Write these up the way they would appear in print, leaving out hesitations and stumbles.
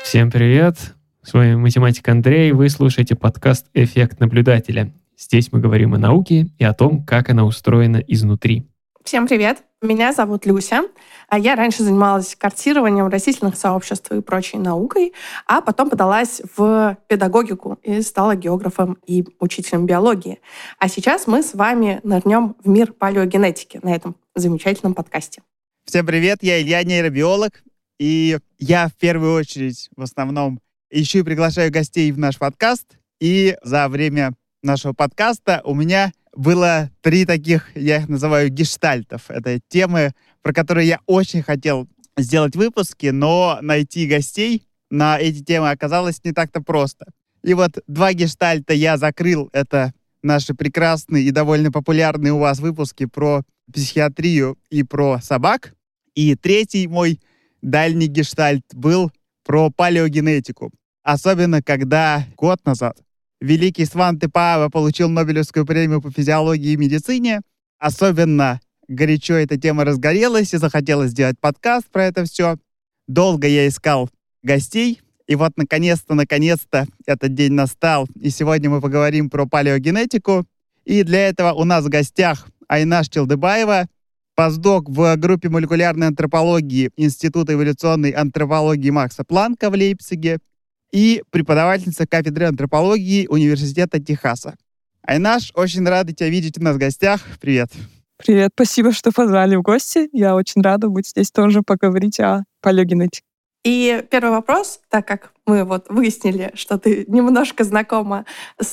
Всем привет! С вами математик Андрей. Вы слушаете подкаст «Эффект наблюдателя». Здесь мы говорим о науке и о том, как она устроена изнутри. Всем привет! Меня зовут Люся. Я раньше занималась картированием растительных сообществ и прочей наукой, а потом подалась в педагогику и стала географом и учителем биологии. А сейчас мы с вами нырнем в мир палеогенетики на этом замечательном подкасте. Всем привет, я Илья, нейробиолог, и я в первую очередь в основном ищу и приглашаю гостей в наш подкаст, и за время нашего подкаста у меня было 3 таких, я их называю гештальтов. Это темы, про которые я очень хотел сделать выпуски, но найти гостей на эти темы оказалось не так-то просто. И вот 2 гештальта я закрыл. Это наши прекрасные и довольно популярные у вас выпуски про психиатрию и про собак. И 3 мой дальний гештальт был про палеогенетику. Особенно, когда год назад великий Сванте Пааво получил Нобелевскую премию по физиологии и медицине. Особенно горячо эта тема разгорелась, и захотелось сделать подкаст про это все. Долго я искал гостей, и вот наконец-то этот день настал. И сегодня мы поговорим про палеогенетику. И для этого у нас в гостях Айнаш Челдыбаева, постдок в группе молекулярной антропологии Института эволюционной антропологии Макса Планка в Лейпциге и преподавательница кафедры антропологии Университета Техаса. Айнаш, очень рада тебя видеть у нас в гостях. Привет. Привет, спасибо, что позвали в гости. Я очень рада быть здесь тоже, поговорить о палеогенетике. И первый вопрос, так как мы выяснили, что ты немножко знакома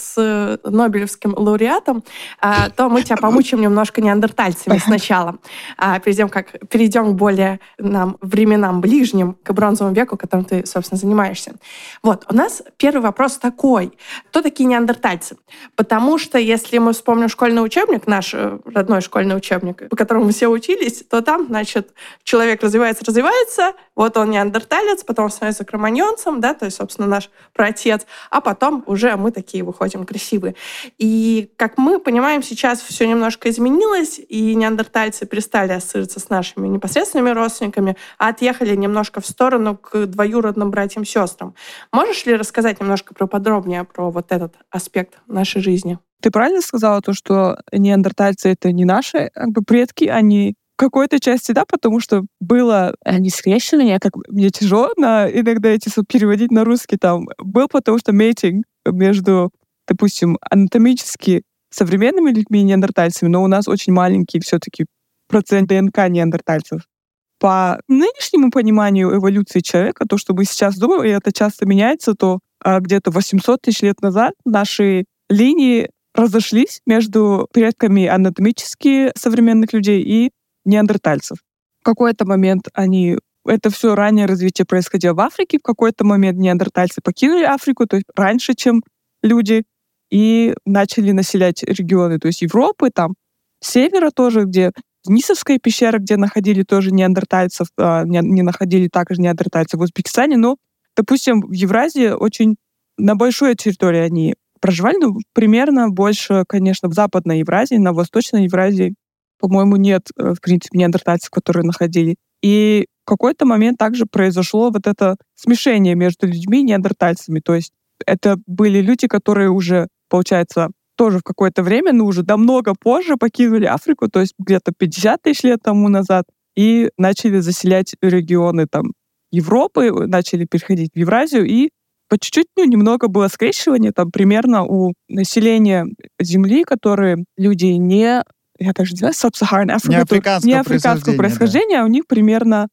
с Нобелевским лауреатом, то мы тебя помучим немножко неандертальцами сначала, перейдем к более временам ближним, к бронзовому веку, которым ты, собственно, занимаешься. У нас первый вопрос такой. Кто такие неандертальцы? Потому что если мы вспомним школьный учебник, наш родной школьный учебник, по которому мы все учились, то там, человек развивается, вот он неандерталец, потом становится кроманьонцем, да, то есть, собственно, наш праотец, а потом уже мы такие выходим красивые. И, как мы понимаем, сейчас все немножко изменилось, и неандертальцы перестали ассоциироваться с нашими непосредственными родственниками, а отъехали немножко в сторону к двоюродным братьям-сестрам. Можешь ли рассказать немножко поподробнее про вот этот аспект нашей жизни? Ты правильно сказала то, что неандертальцы — это не наши предки, они в какой-то части, да, потому что было не скрещивание, мне тяжело иногда эти слова переводить на русский, был, потому что мейтинг между, допустим, анатомически современными людьми и неандертальцами, но у нас очень маленький все-таки процент ДНК неандертальцев. По нынешнему пониманию эволюции человека, то, что мы сейчас думаем, и это часто меняется, то где-то 800 тысяч лет назад наши линии разошлись между предками анатомически современных людей и неандертальцев. В какой-то момент это все раннее развитие происходило в Африке, в какой-то момент неандертальцы покинули Африку, то есть раньше, чем люди, и начали населять регионы, то есть Европы, севера тоже, где Денисовская пещера, где находили тоже неандертальцев, не находили также неандертальцев в Узбекистане, но, допустим, в Евразии очень на большой территории они проживали, примерно больше, конечно, в Западной Евразии, на Восточной Евразии, по-моему, нет, в принципе, неандертальцев, которые находили. И в какой-то момент также произошло вот это смешение между людьми и неандертальцами. То есть это были люди, которые уже, получается, тоже в какое-то время, но уже намного позже покинули Африку, то есть где-то 50 тысяч лет тому назад, и начали заселять регионы Европы, начали переходить в Евразию, и по чуть-чуть, немного было скрещивание, примерно у населения Земли, которые люди я даже не знаю, Sub-Saharan Africa, не африканского происхождения, да. У них примерно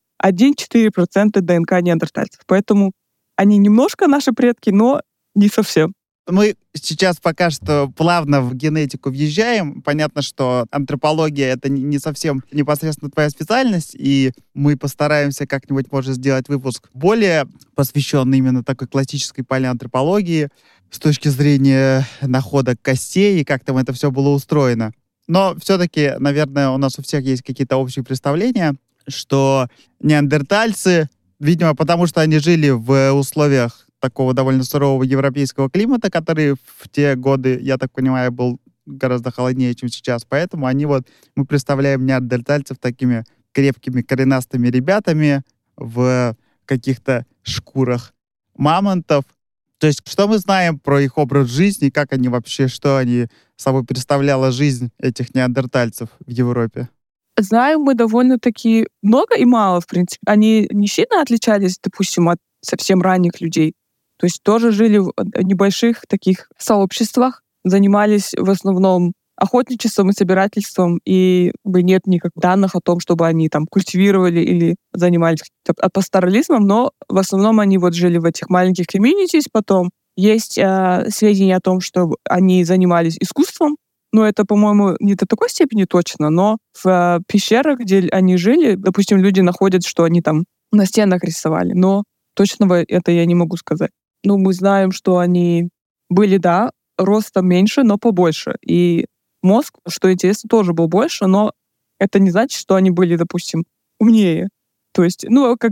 1-4% ДНК неандертальцев. Поэтому они немножко наши предки, но не совсем. Мы сейчас пока что плавно в генетику въезжаем. Понятно, что антропология — это не совсем непосредственно твоя специальность, и мы постараемся как-нибудь, может, сделать выпуск более посвященный именно такой классической палеоантропологии с точки зрения находок костей и как там это все было устроено. Но все-таки, наверное, у нас у всех есть какие-то общие представления, что неандертальцы, видимо, потому что они жили в условиях такого довольно сурового европейского климата, который в те годы, я так понимаю, был гораздо холоднее, чем сейчас. Поэтому мы представляем неандертальцев такими крепкими коренастыми ребятами в каких-то шкурах. мамонтов. То есть что мы знаем про их образ жизни, как они вообще, что они собой представляла жизнь этих неандертальцев в Европе? Знаем мы довольно-таки много и мало, в принципе. Они не сильно отличались, допустим, от совсем ранних людей. То есть тоже жили в небольших таких сообществах, занимались в основном охотничеством и собирательством, и нет никаких данных о том, чтобы они там культивировали или занимались пасторализмом, но в основном они вот жили в этих маленьких комьюнитис. Потом есть сведения о том, что они занимались искусством, но это, по-моему, не до такой степени точно, но в пещерах, где они жили, допустим, люди находят, что они там на стенах рисовали, но точного это я не могу сказать. Ну, мы знаем, что они были, да, ростом меньше, но побольше. И мозг, что интересно, тоже был больше, но это не значит, что они были, допустим, умнее. То есть,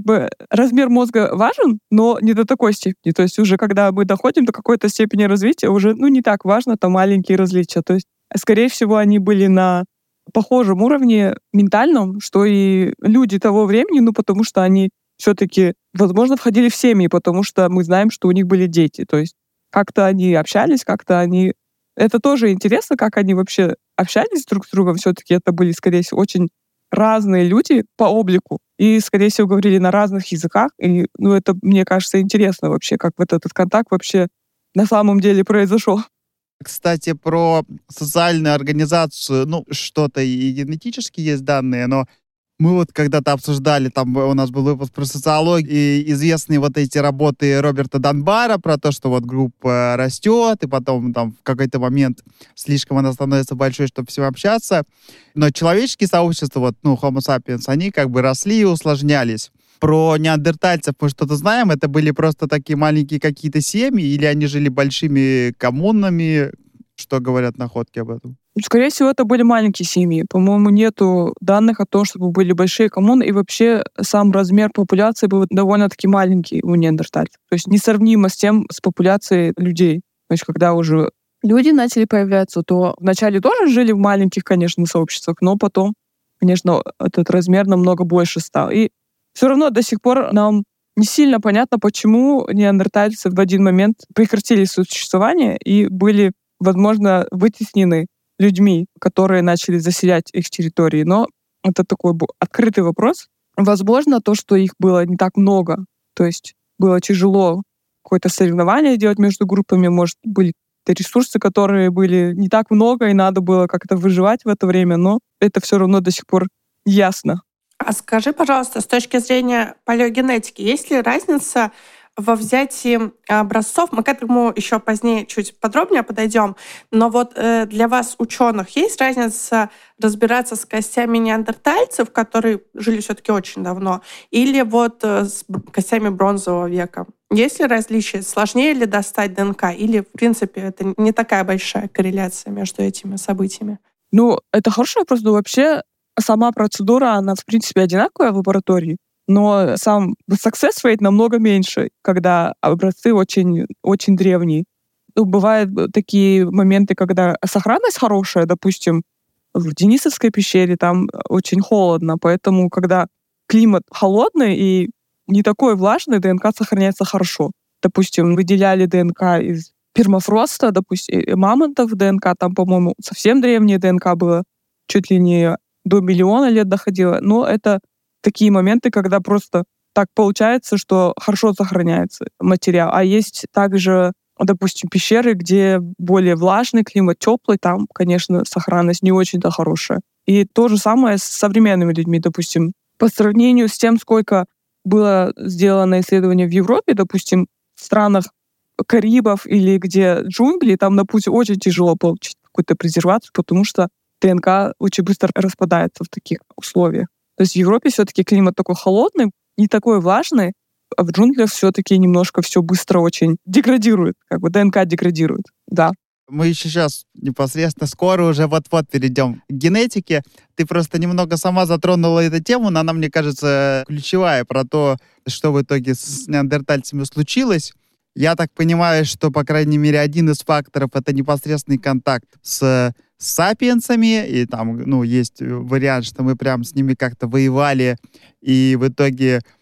размер мозга важен, но не до такой степени. То есть уже когда мы доходим до какой-то степени развития, уже, не так важно там маленькие различия. То есть, скорее всего, они были на похожем уровне ментальном, что и люди того времени, потому что они все-таки, возможно, входили в семьи, потому что мы знаем, что у них были дети. То есть как-то они общались, как-то они... Это тоже интересно, как они вообще общались друг с другом. Все-таки это были, скорее всего, очень разные люди по облику и, скорее всего, говорили на разных языках. И, это, мне кажется, интересно вообще, как вот этот контакт вообще на самом деле произошел. Кстати, про социальную организацию, что-то и генетически есть данные, но мы вот когда-то обсуждали, там у нас был выпуск про социологию, и известные вот эти работы Роберта Данбара про то, что вот группа растет, и потом там в какой-то момент слишком она становится большой, чтобы всем общаться. Но человеческие сообщества, Homo sapiens, они как бы росли и усложнялись. Про неандертальцев мы что-то знаем? Это были просто такие маленькие какие-то семьи, или они жили большими коммунами? Что говорят находки об этом? Скорее всего, это были маленькие семьи. По-моему, нету данных о том, чтобы были большие коммуны, и вообще сам размер популяции был довольно-таки маленький у неандертальцев. То есть несравнимо с популяцией людей. То есть когда уже люди начали появляться, то вначале тоже жили в маленьких, конечно, сообществах, но потом, конечно, этот размер намного больше стал. И все равно до сих пор нам не сильно понятно, почему неандертальцы в один момент прекратили существование и были, возможно, вытеснены людьми, которые начали заселять их территории. Но это такой открытый вопрос. Возможно, то, что их было не так много, то есть было тяжело какое-то соревнование делать между группами, может, были ресурсы, которые были не так много, и надо было как-то выживать в это время, но это все равно до сих пор ясно. А скажи, пожалуйста, с точки зрения палеогенетики, есть ли разница во взятии образцов? Мы к этому еще позднее чуть подробнее подойдем. Но вот для вас, ученых, есть разница разбираться с костями неандертальцев, которые жили все-таки очень давно, или вот с костями бронзового века? Есть ли различия? Сложнее ли достать ДНК? Или, в принципе, это не такая большая корреляция между этими событиями? Это хороший вопрос, но вообще сама процедура, она, в принципе, одинаковая в лаборатории, но сам success rate намного меньше, когда образцы очень, очень древние. Бывают такие моменты, когда сохранность хорошая, допустим, в Денисовской пещере там очень холодно, поэтому когда климат холодный и не такой влажный, ДНК сохраняется хорошо. Допустим, выделяли ДНК из пермафроста, допустим, мамонтов ДНК, там, по-моему, совсем древнее ДНК было, чуть ли не до 1 миллиона лет доходило. Но это такие моменты, когда просто так получается, что хорошо сохраняется материал. А есть также, допустим, пещеры, где более влажный климат, теплый, там, конечно, сохранность не очень-то хорошая. И то же самое с современными людьми, допустим. По сравнению с тем, сколько было сделано исследований в Европе, допустим, в странах Карибов или где джунгли, там, допустим, очень тяжело получить какую-то презервацию, потому что ДНК очень быстро распадается в таких условиях. То есть в Европе все-таки климат такой холодный, не такой влажный, а в джунглях все-таки немножко все быстро очень деградирует, ДНК деградирует, да. Мы еще сейчас непосредственно скоро уже вот-вот перейдем к генетике. Ты просто немного сама затронула эту тему, но она, мне кажется, ключевая про то, что в итоге с неандертальцами случилось. Я так понимаю, что, по крайней мере, один из факторов — это непосредственный контакт с сапиенсами, и там, есть вариант, что мы прям с ними как-то воевали, и в итоге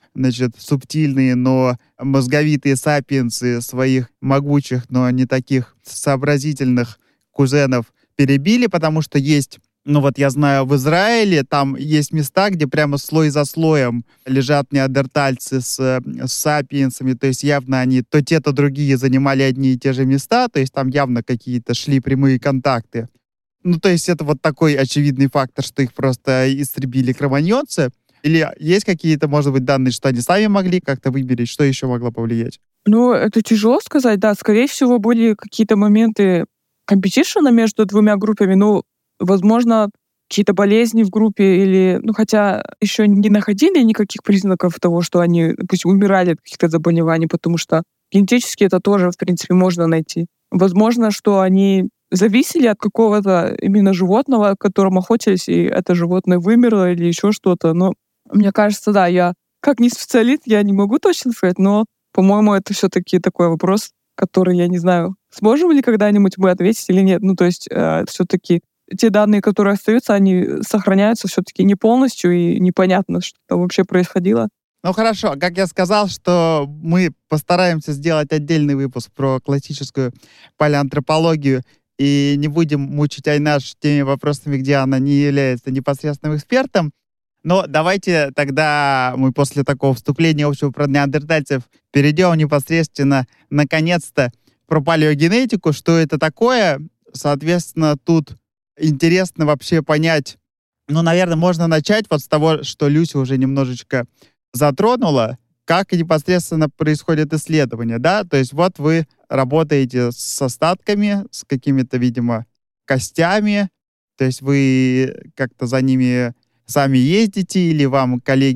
субтильные, но мозговитые сапиенсы своих могучих, но не таких сообразительных кузенов перебили, потому что есть, я знаю, в Израиле там есть места, где прямо слой за слоем лежат неандертальцы с сапиенсами, то есть явно они то те, то другие занимали одни и те же места, то есть там явно какие-то шли прямые контакты. То есть это такой очевидный фактор, что их просто истребили кроманьонцы. Или есть какие-то, может быть, данные, что они сами могли как-то выберить, что еще могло повлиять? Это тяжело сказать, да. Скорее всего, были какие-то моменты компетишена между двумя группами. Возможно, какие-то болезни в группе или... хотя еще не находили никаких признаков того, что они, допустим, умирали от каких-то заболеваний, потому что генетически это тоже, в принципе, можно найти. Возможно, что они зависели от какого-то именно животного, которым охотились, и это животное вымерло или еще что-то. Но мне кажется, да, я как не специалист, я не могу точно сказать, но, по-моему, это все-таки такой вопрос, который, я не знаю, сможем ли когда-нибудь мы ответить или нет. Все-таки те данные, которые остаются, они сохраняются все-таки не полностью, и непонятно, что там вообще происходило. Хорошо, как я сказал, что мы постараемся сделать отдельный выпуск про классическую палеоантропологию и не будем мучить Айнаш теми вопросами, где она не является непосредственным экспертом. Но давайте тогда мы после такого вступления общего про неандертальцев перейдем непосредственно, наконец-то, про палеогенетику, что это такое. Соответственно, тут интересно вообще понять, наверное, можно начать с того, что Люся уже немножечко затронула, как непосредственно происходит исследование, да? То есть вы работаете с остатками, с какими-то, видимо, костями, то есть вы как-то за ними сами ездите, или вам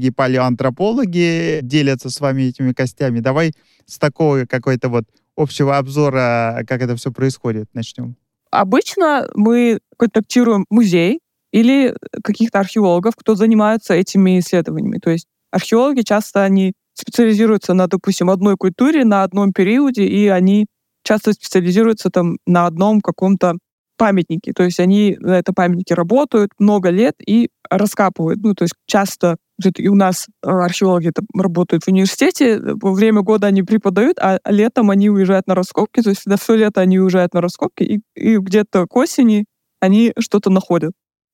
коллеги-палеоантропологи делятся с вами этими костями. Давай с такого какой-то общего обзора, как это все происходит, начнем. Обычно мы контактируем музей или каких-то археологов, кто занимается этими исследованиями. То есть археологи часто они специализируются на, допустим, одной культуре, на одном периоде, и они часто специализируются на одном каком-то памятнике. То есть они на этом памятнике работают много лет и раскапывают. То есть часто и у нас археологи работают в университете, во время года они преподают, а летом они уезжают на раскопки. То есть на все лето они уезжают на раскопки, и где-то к осени они что-то находят.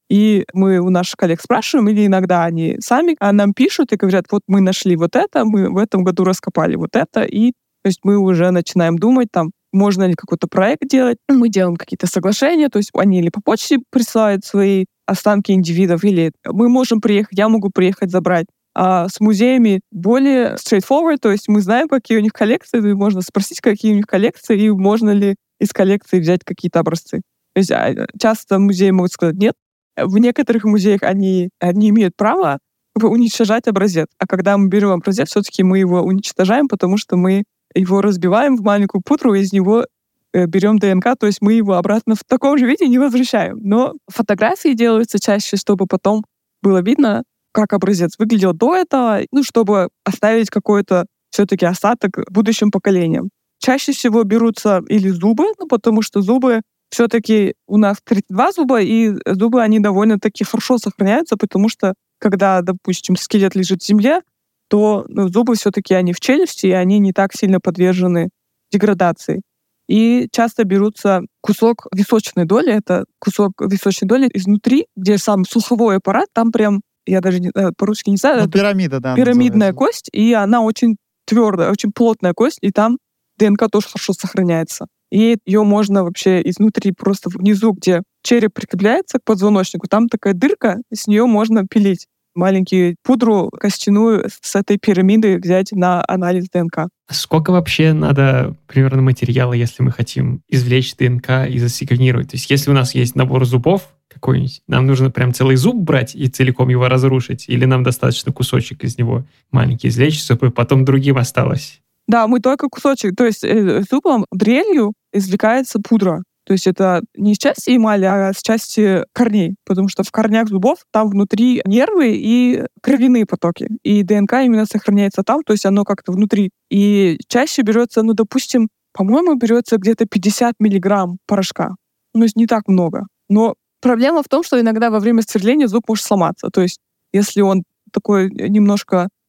И мы у наших коллег спрашиваем, или иногда они сами нам пишут и говорят, мы нашли это, мы в этом году раскопали это, и то есть мы уже начинаем думать, можно ли какой-то проект делать. Мы делаем какие-то соглашения, то есть они или по почте присылают свои останки индивидов, или мы можем приехать, я могу приехать забрать. А с музеями более straightforward, то есть мы знаем, какие у них коллекции, и можно спросить, какие у них коллекции, и можно ли из коллекции взять какие-то образцы. То есть часто музеи могут сказать нет. В некоторых музеях они имеют право уничтожать образец. А когда мы берем образец, все-таки мы его уничтожаем, потому что мы его разбиваем в маленькую пудру, и из него берем ДНК, то есть мы его обратно в таком же виде не возвращаем. Но фотографии делаются чаще, чтобы потом было видно, как образец выглядел до этого, чтобы оставить какой-то все-таки остаток будущим поколениям. Чаще всего берутся или зубы, потому что зубы все-таки у нас 32 зуба, и зубы, они довольно-таки хорошо сохраняются, потому что когда, допустим, скелет лежит в земле, то зубы все-таки они в челюсти, и они не так сильно подвержены деградации. И часто берутся кусок височной доли, это кусок височной доли изнутри, где сам слуховой аппарат, там прям, я даже по-русски не знаю, пирамида, да. Пирамидная кость, и она очень твердая, очень плотная кость, и там ДНК тоже хорошо сохраняется. И ее можно вообще изнутри, просто внизу, где череп прикрепляется к позвоночнику, там такая дырка, с нее можно пилить маленькую пудру костяную с этой пирамиды взять на анализ ДНК. Сколько вообще надо примерно материала, если мы хотим извлечь ДНК и засеквенировать? То есть если у нас есть набор зубов какой-нибудь, нам нужно прям целый зуб брать и целиком его разрушить? Или нам достаточно кусочек из него маленький извлечь, чтобы потом другим осталось? Да, мы только кусочек. То есть зубом, дрелью извлекается пудра. То есть это не из части эмали, а с части корней. Потому что в корнях зубов там внутри нервы и кровяные потоки. И ДНК именно сохраняется там, то есть оно как-то внутри. И чаще берется, допустим, по-моему, берется где-то 50 миллиграмм порошка. То есть не так много. Но проблема в том, что иногда во время сверления зуб может сломаться. То есть если он такой немножко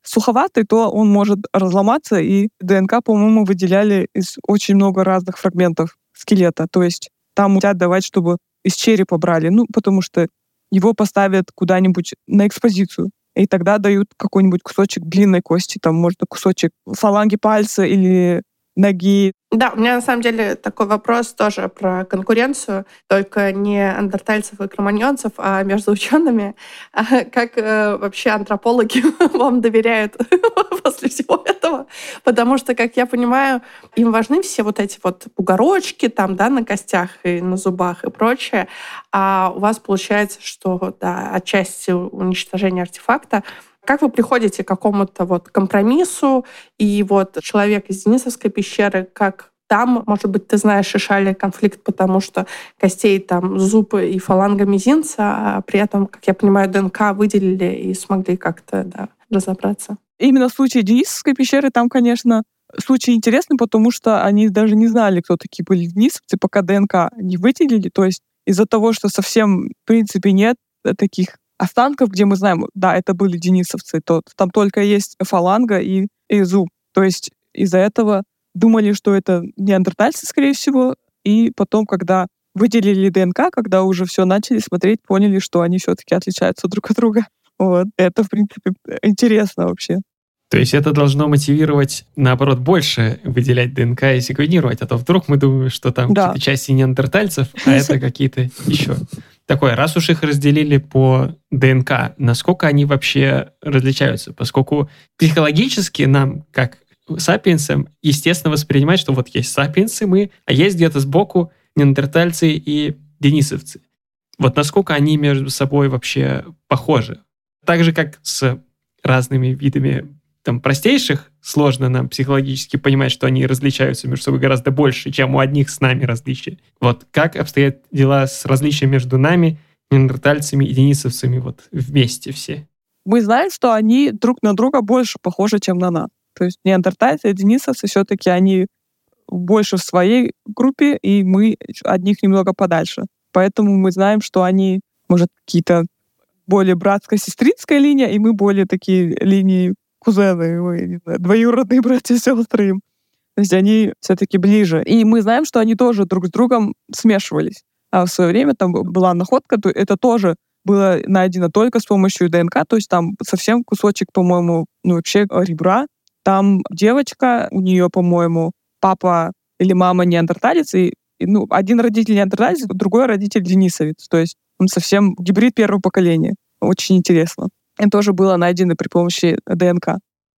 суховатый, то он может разломаться, и ДНК, по-моему, выделяли из очень много разных фрагментов скелета. То есть там хотят давать, чтобы из черепа брали, потому что его поставят куда-нибудь на экспозицию. И тогда дают какой-нибудь кусочек длинной кости, там, может, кусочек фаланги пальца или ноги. Да, у меня на самом деле такой вопрос тоже про конкуренцию, только не неандертальцев и кроманьонцев, а между учеными. Как вообще антропологи вам доверяют после всего этого? Потому что, как я понимаю, им важны все вот эти вот бугорочки там, да, на костях и на зубах и прочее, а у вас получается, что, да, отчасти уничтожение артефакта. Как вы приходите к какому-то вот компромиссу, и вот человек из Денисовской пещеры, как там, может быть, ты знаешь, решали конфликт, потому что костей там зуб и фаланга мизинца, а при этом, как я понимаю, ДНК выделили и смогли как-то, да, разобраться? Именно в случае Денисовской пещеры там, конечно, случай интересный, потому что они даже не знали, кто такие были денисовцы, пока ДНК не выделили. То есть из-за того, что совсем, в принципе, нет таких останков, где мы знаем, да, это были денисовцы, то там только есть фаланга и зуб. То есть из-за этого думали, что это неандертальцы, скорее всего, и потом, когда выделили ДНК, когда уже все начали смотреть, поняли, что они все-таки отличаются друг от друга. Вот. Это, в принципе, интересно вообще. То есть это должно мотивировать, наоборот, больше выделять ДНК и секвенировать, а то вдруг мы думаем, что там какие-то части неандертальцев, а это какие-то еще. Такое, раз уж их разделили по ДНК, насколько они вообще различаются? Поскольку психологически нам, как сапиенсам, естественно воспринимать, что вот есть сапиенсы мы, а есть где-то сбоку неандертальцы и денисовцы. Вот насколько они между собой вообще похожи? Так же, как с разными видами там простейших, сложно нам психологически понимать, что они различаются между собой гораздо больше, чем у одних с нами различия. Вот как обстоят дела с различием между нами, неандертальцами и денисовцами вот вместе все? Мы знаем, что они друг на друга больше похожи, чем на нас. То есть неандертальцы и денисовцы все-таки они больше в своей группе, и мы от них немного подальше. Поэтому мы знаем, что они, может, какие-то более братско-сестринская линия, и мы более такие линии кузены, не знаю, двоюродные братья и сестры им. То есть они все-таки ближе. И мы знаем, что они тоже друг с другом смешивались. А в свое время там была находка, то это тоже было найдено только с помощью ДНК, то есть там совсем кусочек, по-моему, вообще ребра. Там девочка, у нее, по-моему, папа или мама неандерталец, и один родитель неандерталец, другой родитель денисовец. То есть он совсем гибрид первого поколения. Очень интересно. Это тоже было найдено при помощи ДНК.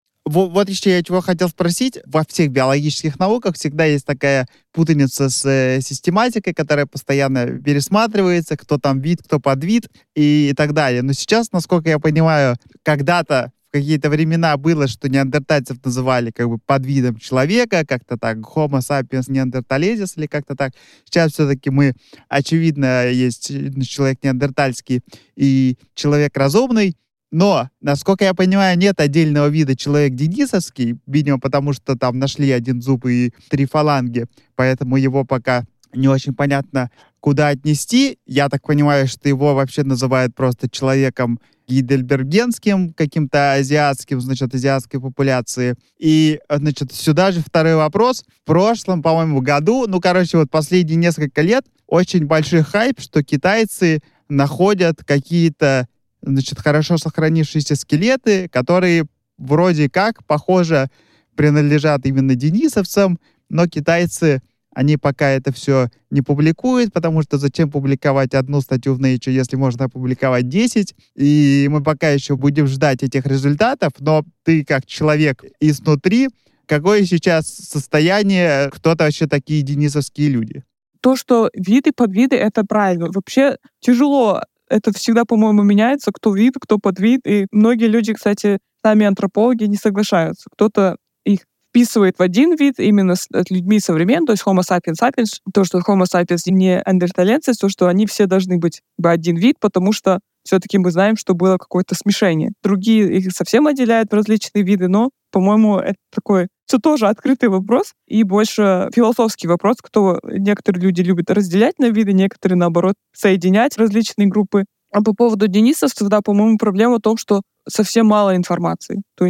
Вот еще я чего хотел спросить. Во всех биологических науках всегда есть такая путаница с систематикой, которая постоянно пересматривается, кто там вид, кто подвид и так далее. Но сейчас, насколько я понимаю, когда-то в какие-то времена было, что неандертальцев называли как бы подвидом человека, как-то так, Homo sapiens neanderthalensis или как-то так. Сейчас все-таки мы, очевидно, есть человек неандертальский и человек разумный. Но, насколько я понимаю, нет отдельного вида человек денисовский, видимо, потому что там нашли один зуб и 3 фаланги, поэтому его пока не очень понятно, куда отнести. Я так понимаю, что его вообще называют просто человеком гейдельбергенским, каким-то азиатским, значит, азиатской популяции. И, значит, сюда же второй вопрос. В прошлом, по-моему, году, вот последние несколько лет, очень большой хайп, что китайцы находят какие-то, значит, хорошо сохранившиеся скелеты, которые вроде как, похоже, принадлежат именно денисовцам, но китайцы, они пока это все не публикуют, потому что зачем публиковать одну статью в Nature, если можно опубликовать 10, и мы пока еще будем ждать этих результатов, но ты как человек изнутри, какое сейчас состояние, кто-то вообще такие денисовские люди? То, что виды, подвиды, это правильно. Вообще тяжело. Это всегда, по-моему, меняется, кто вид, кто подвид. И многие люди, кстати, сами антропологи не соглашаются. Кто-то их вписывает в один вид именно с людьми современными, то есть Homo sapiens sapiens, то, что Homo sapiens не неандерталенцы, то, что они все должны быть один вид, потому что все-таки мы знаем, что было какое-то смешение. Другие их совсем отделяют в различные виды, но, по-моему, это такой все тоже открытый вопрос и больше философский вопрос, кто некоторые люди любят разделять на виды, некоторые, наоборот, соединять различные группы. А по поводу денисовцев, да, по-моему, проблема в том, что совсем мало информации. То есть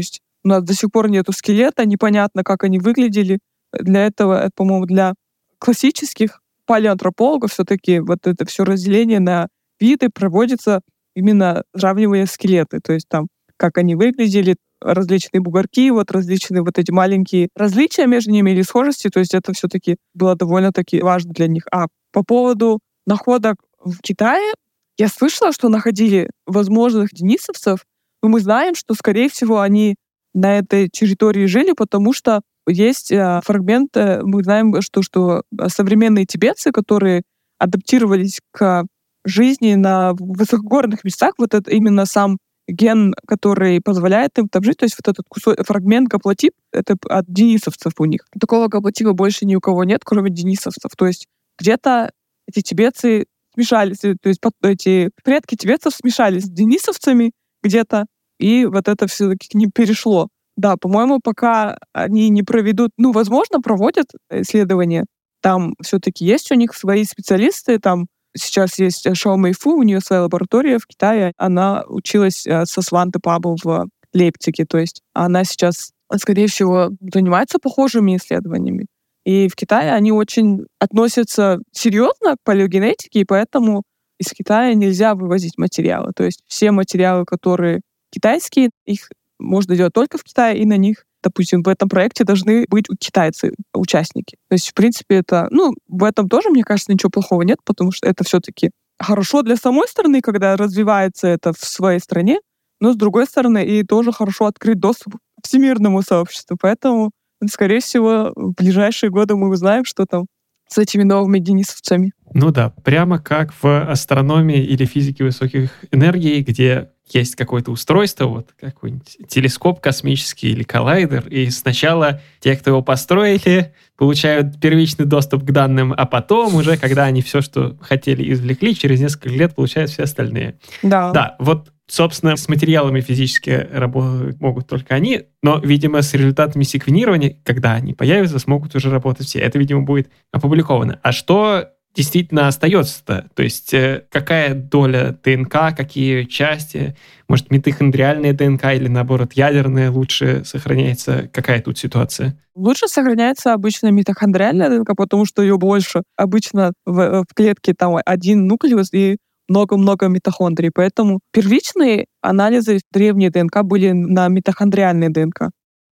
У нас до сих пор нету скелета, непонятно, как они выглядели. Для этого, по-моему, для классических палеоантропологов все-таки вот это все разделение на виды проводится именно сравнивая скелеты. То есть там, как они выглядели, различные бугорки, вот различные вот эти маленькие различия между ними или схожести. То есть это все-таки было довольно-таки важно для них. А по поводу находок в Китае, я слышала, что находили возможных денисовцев, но мы знаем, что, скорее всего, они на этой территории жили, потому что есть фрагмент, мы знаем, что современные тибетцы, которые адаптировались к жизни на высокогорных местах, вот это именно сам ген, который позволяет им там жить, то есть вот этот фрагмент гаплотип, это от денисовцев у них. Такого гаплотипа больше ни у кого нет, кроме денисовцев. То есть где-то эти тибетцы смешались, то есть эти предки тибетцев смешались с денисовцами где-то, и вот это все-таки к ним перешло. Да, по-моему, пока они не проведут, возможно, проводят исследования. Там все-таки есть у них свои специалисты, там сейчас есть Шао Мэйфу, у нее своя лаборатория в Китае, она училась со Сванте Пабл в Лейпциге, то есть она сейчас, скорее всего, занимается похожими исследованиями. И в Китае они очень относятся серьезно к палеогенетике, и поэтому из Китая нельзя вывозить материалы. То есть все материалы, которые китайские, их можно делать только в Китае, и на них, допустим, в этом проекте должны быть китайцы, участники. То есть, в принципе, это, в этом тоже, мне кажется, ничего плохого нет, потому что это все-таки хорошо для самой страны, когда развивается это в своей стране, но, с другой стороны, и тоже хорошо открыть доступ к всемирному сообществу. Поэтому, скорее всего, в ближайшие годы мы узнаем, что там с этими новыми денисовцами. Ну да, прямо как в астрономии или физике высоких энергий, где есть какое-то устройство, вот какой-нибудь телескоп космический или коллайдер, и сначала те, кто его построили, получают первичный доступ к данным, а потом уже, когда они все, что хотели, извлекли, через несколько лет получают все остальные. Да, вот, собственно, с материалами физически работать могут только они, но, видимо, с результатами секвенирования, когда они появятся, смогут уже работать все. Это, видимо, будет опубликовано. А что действительно остается-то? То есть какая доля ДНК, какие части? Может, митохондриальная ДНК или, наоборот, ядерная лучше сохраняется? Какая тут ситуация? Лучше сохраняется обычно митохондриальная ДНК, потому что ее больше. Обычно в клетке там один нуклеус и много-много митохондрий. Поэтому первичные анализы древней ДНК были на митохондриальной ДНК.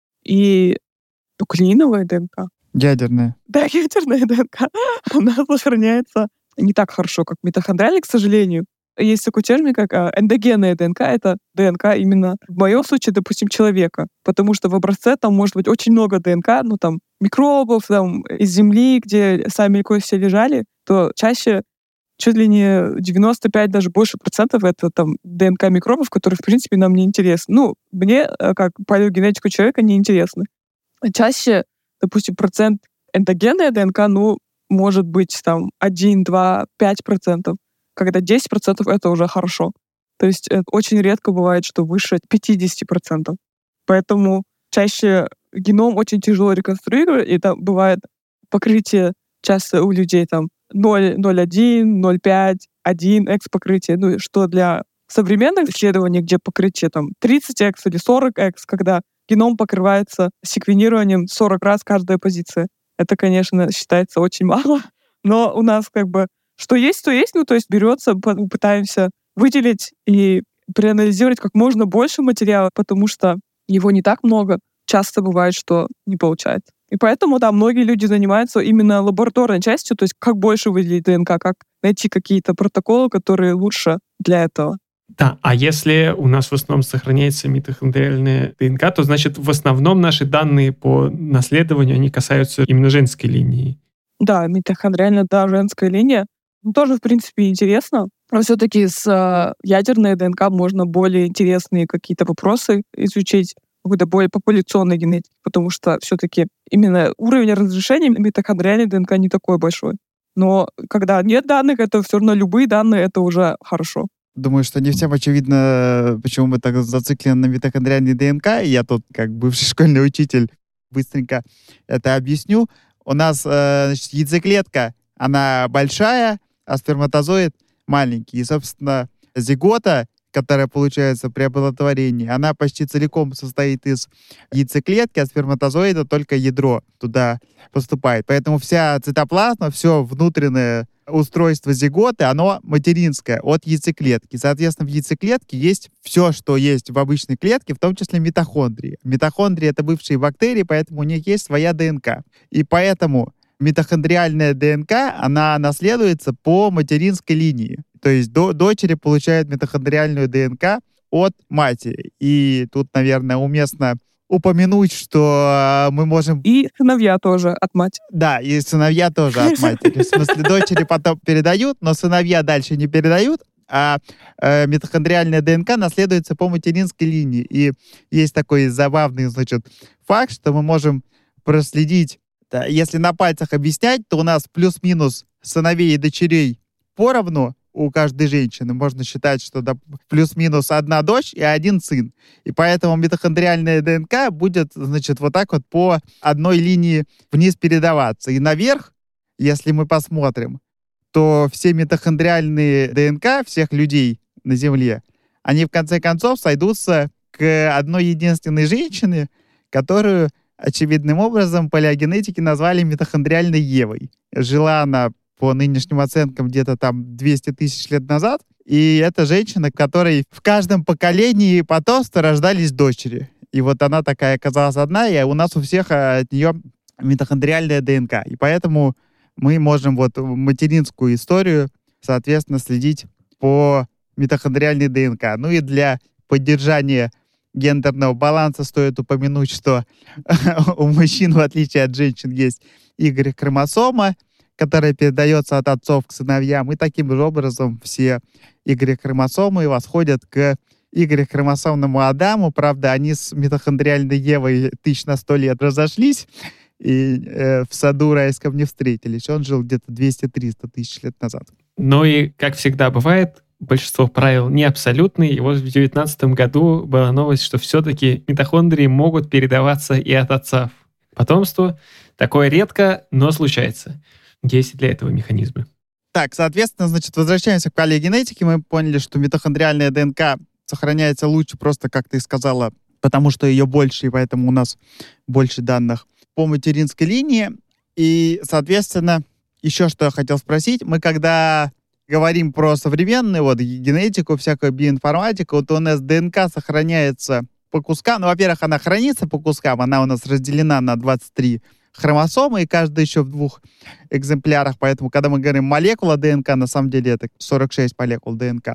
И нуклеиновая ДНК. Ядерная. Да, ядерная ДНК. Она сохраняется не так хорошо, как митохондриальная, к сожалению. Есть такой термин, как эндогенная ДНК. Это ДНК именно, в моем случае, допустим, человека. Потому что в образце там может быть очень много ДНК, микробов, из земли, где сами кости лежали, то чаще чуть ли не 95, даже больше процентов это там ДНК микробов, которые, в принципе, нам не интересны. Мне, как палеогенетику человека, не интересны. Чаще, допустим, процент эндогенной ДНК, может быть, 1, 2, 5%. Когда 10% это уже хорошо. То есть очень редко бывает, что выше 50%. Поэтому чаще геном очень тяжело реконструировать, и там бывает покрытие часто у людей 0,1, 0,5, 1x покрытие. Что для современных исследований, где покрытие 30x или 40x, когда геном покрывается секвенированием 40 раз каждая позиция. Это, конечно, считается очень мало. Но у нас что есть, то есть. То есть берется, пытаемся выделить и проанализировать как можно больше материала, потому что его не так много. Часто бывает, что не получается. И поэтому, многие люди занимаются именно лабораторной частью, то есть как больше выделить ДНК, как найти какие-то протоколы, которые лучше для этого. Да, а если у нас в основном сохраняется митохондриальная ДНК, то значит в основном наши данные по наследованию, они касаются именно женской линии. Да, митохондриальная, женская линия. Тоже, в принципе, интересно. Но все-таки с ядерной ДНК можно более интересные какие-то вопросы изучить, какой-то более популяционной генетики, потому что все-таки именно уровень разрешения митохондриальной ДНК не такой большой. Но когда нет данных, это все равно любые данные, это уже хорошо. Думаю, что не всем очевидно, почему мы так зациклены на митохондриальной ДНК. Я тут, как бывший школьный учитель, быстренько это объясню. У нас, яйцеклетка, она большая, а сперматозоид маленький. И, собственно, зигота, которая получается при оплодотворении, она почти целиком состоит из яйцеклетки, а сперматозоида только ядро туда поступает. Поэтому вся цитоплазма, все внутреннее устройство зиготы, оно материнское от яйцеклетки. Соответственно, в яйцеклетке есть все, что есть в обычной клетке, в том числе митохондрии. Митохондрии — это бывшие бактерии, поэтому у них есть своя ДНК. И поэтому митохондриальная ДНК, она наследуется по материнской линии. То есть дочери получают митохондриальную ДНК от матери. И тут, наверное, уместно упомянуть, что мы можем... И сыновья тоже от матери. Да, и сыновья тоже от матери. В смысле, дочери потом передают, но сыновья дальше не передают, а митохондриальная ДНК наследуется по материнской линии. И есть такой забавный, значит, факт, что мы можем проследить, да, если на пальцах объяснять, то у нас плюс-минус сыновей и дочерей поровну у каждой женщины. Можно считать, что плюс-минус одна дочь и один сын. И поэтому митохондриальная ДНК будет, значит, вот так вот по одной линии вниз передаваться. И наверх, если мы посмотрим, то все митохондриальные ДНК всех людей на Земле, они в конце концов сойдутся к одной единственной женщине, которую очевидным образом палеогенетики назвали митохондриальной Евой. Жила она по нынешним оценкам где-то там 200 тысяч лет назад. И это женщина, которой в каждом поколении потомства рождались дочери. И вот она такая оказалась одна, и у нас у всех от нее митохондриальная ДНК. И поэтому мы можем вот материнскую историю, соответственно, следить по митохондриальной ДНК. Ну и для поддержания гендерного баланса стоит упомянуть, что у мужчин, в отличие от женщин, есть Y-хромосома, которая передается от отцов к сыновьям. И таким же образом все Y-хромосомы восходят к Y-хромосомному Адаму. Правда, они с митохондриальной Евой 1100 лет разошлись и в саду райском не встретились. Он жил где-то 200-300 тысяч лет назад. Ну и, как всегда бывает, большинство правил не абсолютные. И вот в 2019 году была новость, что все-таки митохондрии могут передаваться и от отца к потомству. Такое редко, но случается. Есть для этого механизмы. Так, соответственно, значит, возвращаемся к палеогенетике. Мы поняли, что митохондриальная ДНК сохраняется лучше, просто, как ты сказала, потому что ее больше, и поэтому у нас больше данных по материнской линии. И, соответственно, еще что я хотел спросить. Мы когда говорим про современную вот генетику, всякую биоинформатику, вот у нас ДНК сохраняется по кускам. Ну, во-первых, она хранится по кускам, она у нас разделена на 23 хромосомы, и каждая еще в 2 экземплярах. Поэтому, когда мы говорим молекула ДНК, на самом деле это 46 молекул ДНК.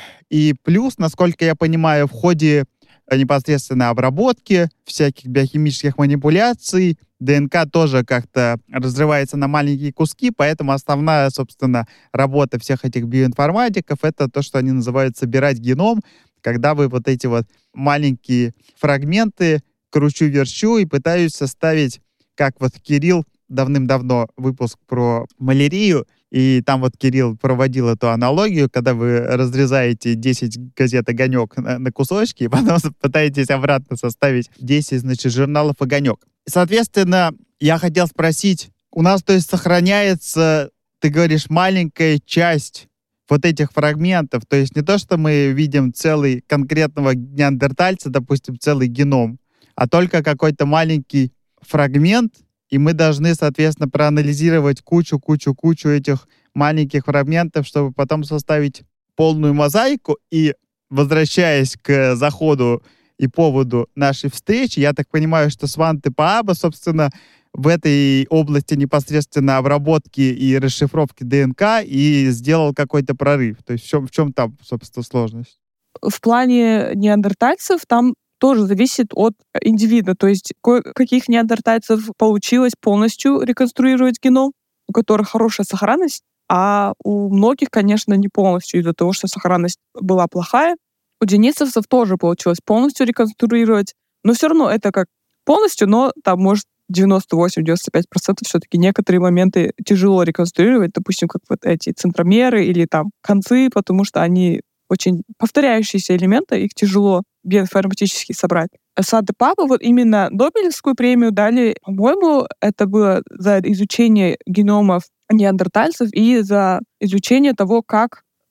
И плюс, насколько я понимаю, в ходе непосредственно обработки, всяких биохимических манипуляций, ДНК тоже как-то разрывается на маленькие куски, поэтому основная, собственно, работа всех этих биоинформатиков — это то, что они называют собирать геном, когда вы вот эти вот маленькие фрагменты кручу-верчу и пытаюсь составить, как вот Кирилл давным-давно выпуск про малярию, и там вот Кирилл проводил эту аналогию, когда вы разрезаете 10 газет «Огонек» на кусочки, и потом пытаетесь обратно составить 10, значит, журналов «Огонек». Соответственно, я хотел спросить, у нас, то есть, сохраняется, ты говоришь, маленькая часть вот этих фрагментов, то есть не то, что мы видим целый конкретного неандертальца, допустим, целый геном, а только какой-то маленький фрагмент, и мы должны, соответственно, проанализировать кучу этих маленьких фрагментов, чтобы потом составить полную мозаику. И, возвращаясь к заходу и поводу нашей встречи, я так понимаю, что Сванте Пааба, собственно, в этой области непосредственно обработки и расшифровки ДНК и сделал какой-то прорыв. То есть в чем там, собственно, сложность? В плане неандертальцев там тоже зависит от индивида. То есть каких неандертальцев получилось полностью реконструировать геном, у которых хорошая сохранность, а у многих, конечно, не полностью из-за того, что сохранность была плохая. У денисовцев тоже получилось полностью реконструировать, но все равно это как полностью, но там может 98-95% все-таки некоторые моменты тяжело реконструировать, допустим, как вот эти центромеры или там концы, потому что они очень повторяющиеся элементы, их тяжело биоинформатически собрать. Сванте Пааба вот именно Нобелевскую премию дали, по-моему, это было за изучение геномов неандертальцев и за изучение того, как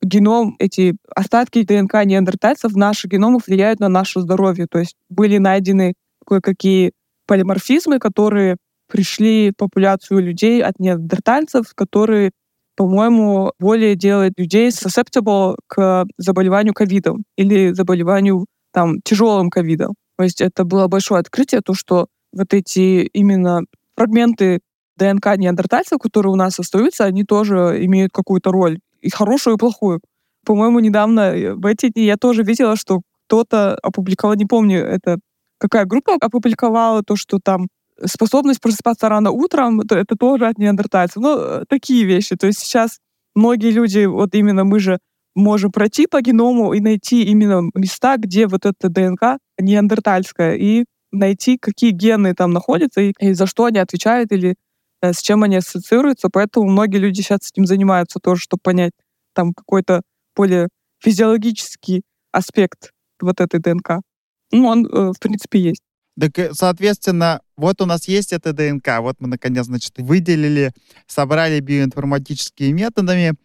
геном, эти остатки ДНК неандертальцев в наши геномы влияют на наше здоровье. То есть были найдены кое-какие полиморфизмы, которые пришли в популяцию людей от неандертальцев, которые, по-моему, более делают людей susceptible к заболеванию ковидом или заболеванию тяжелым ковидом. То есть это было большое открытие, то, что вот эти именно фрагменты ДНК неандертальцев, которые у нас остаются, они тоже имеют какую-то роль, и хорошую, и плохую. По-моему, недавно, в эти дни, я тоже видела, что кто-то опубликовал, не помню, это какая группа опубликовала, то, что там способность просыпаться рано утром, это тоже от неандертальцев. Ну, такие вещи. То есть сейчас многие люди, вот именно мы же можем пройти по геному и найти именно места, где вот эта ДНК неандертальская, и найти, какие гены там находятся, и за что они отвечают, или с чем они ассоциируются. Поэтому многие люди сейчас этим занимаются тоже, чтобы понять там какой-то более физиологический аспект вот этой ДНК. Ну, он, в принципе, есть. Так, соответственно, вот у нас есть эта ДНК, вот мы, наконец, значит, выделили, собрали биоинформатическими методами,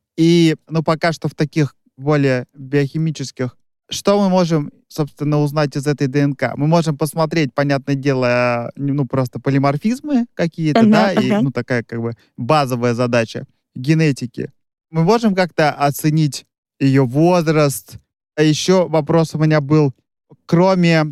и, пока что в таких более биохимических, что мы можем, собственно, узнать из этой ДНК? Мы можем посмотреть, понятное дело, просто полиморфизмы какие-то, да, и, такая как бы базовая задача генетики. Мы можем как-то оценить ее возраст. А еще вопрос у меня был, кроме,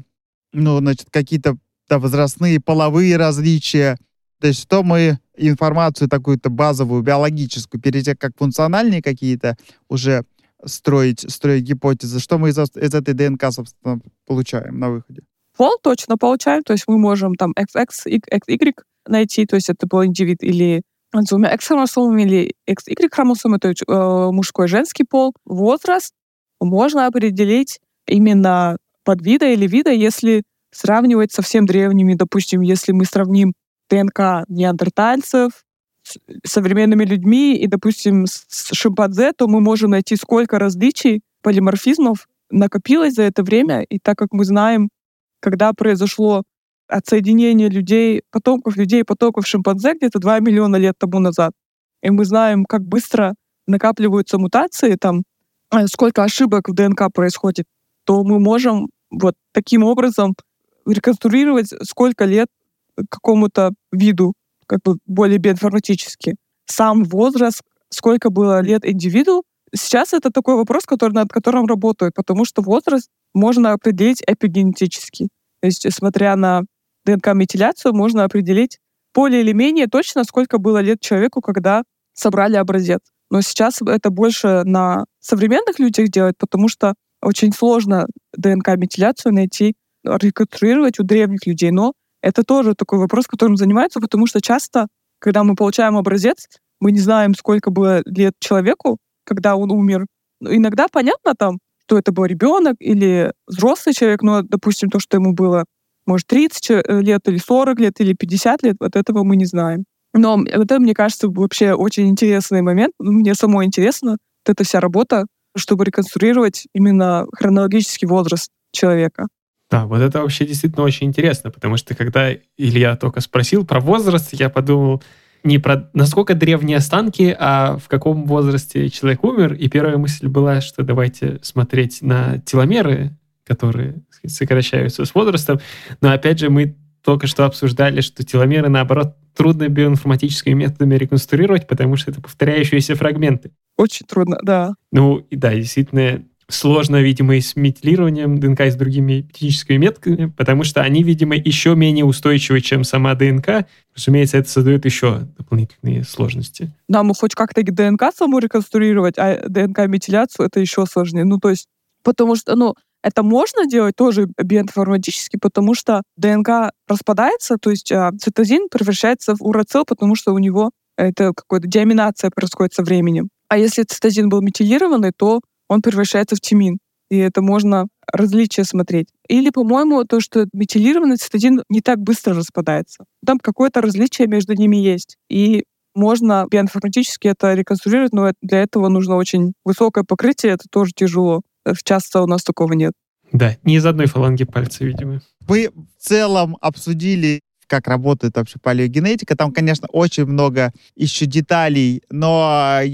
какие-то возрастные, половые различия, то есть что мы информацию такую-то базовую, биологическую, перед тем, как функциональные какие-то уже строить гипотезы, что мы из этой ДНК, собственно, получаем на выходе? Пол точно получаем, то есть мы можем там XX, XY найти, то есть это был индивид или с двумя X-хромосомами или XY-хромосомы, то есть мужской, женский пол. Возраст можно определить именно подвида или вида, если сравнивать с совсем древними. Допустим, если мы сравним ДНК неандертальцев с современными людьми и, допустим, с шимпанзе, то мы можем найти, сколько различий, полиморфизмов накопилось за это время. И так как мы знаем, когда произошло отсоединение потомков шимпанзе где-то 2 миллиона лет тому назад, и мы знаем, как быстро накапливаются мутации, сколько ошибок в ДНК происходит, то мы можем вот таким образом реконструировать, сколько лет какому-то виду, как бы более биоинформатически. Сам возраст, сколько было лет индивиду, сейчас это такой вопрос, над которым работают, потому что возраст можно определить эпигенетически. То есть, смотря на ДНК-метиляцию, можно определить более или менее точно, сколько было лет человеку, когда собрали образец. Но сейчас это больше на современных людях делать, потому что очень сложно ДНК-метиляцию найти, реконструировать у древних людей. Но это тоже такой вопрос, которым занимаются, потому что часто, когда мы получаем образец, мы не знаем, сколько было лет человеку, когда он умер. Иногда понятно что это был ребенок или взрослый человек, но, допустим, то, что ему было, может, 30 лет или 40 лет или 50 лет, вот этого мы не знаем. Но это, мне кажется, вообще очень интересный момент. Мне самой интересно вот эта вся работа, чтобы реконструировать именно хронологический возраст человека. Да, вот это вообще действительно очень интересно, потому что когда Илья только спросил про возраст, я подумал не про насколько древние останки, а в каком возрасте человек умер. И первая мысль была, что давайте смотреть на теломеры, которые сокращаются с возрастом. Но опять же, мы только что обсуждали, что теломеры, наоборот, трудно биоинформатическими методами реконструировать, потому что это повторяющиеся фрагменты. Очень трудно, да. И да, действительно сложно, видимо, и с метилированием ДНК и с другими эпигенетическими методами, потому что они, видимо, еще менее устойчивы, чем сама ДНК. Разумеется, это создает еще дополнительные сложности. Нам хоть как-то ДНК саму реконструировать, а ДНК-метиляцию это еще сложнее. Потому что, это можно делать тоже биоинформатически, потому что ДНК распадается, то есть цитозин превращается в урацил, потому что у него это какая-то деаминация происходит со временем. А если цитозин был метилированный, то он превращается в тимин. И это можно различия смотреть. Или, по-моему, то, что метилированный цитозин не так быстро распадается. Там какое-то различие между ними есть. И можно биоинформатически это реконструировать, но для этого нужно очень высокое покрытие, это тоже тяжело. Часто у нас такого нет. Да, не из одной фаланги пальца, видимо. Вы в целом обсудили, как работает вообще палеогенетика. Там, конечно, очень много еще деталей, но я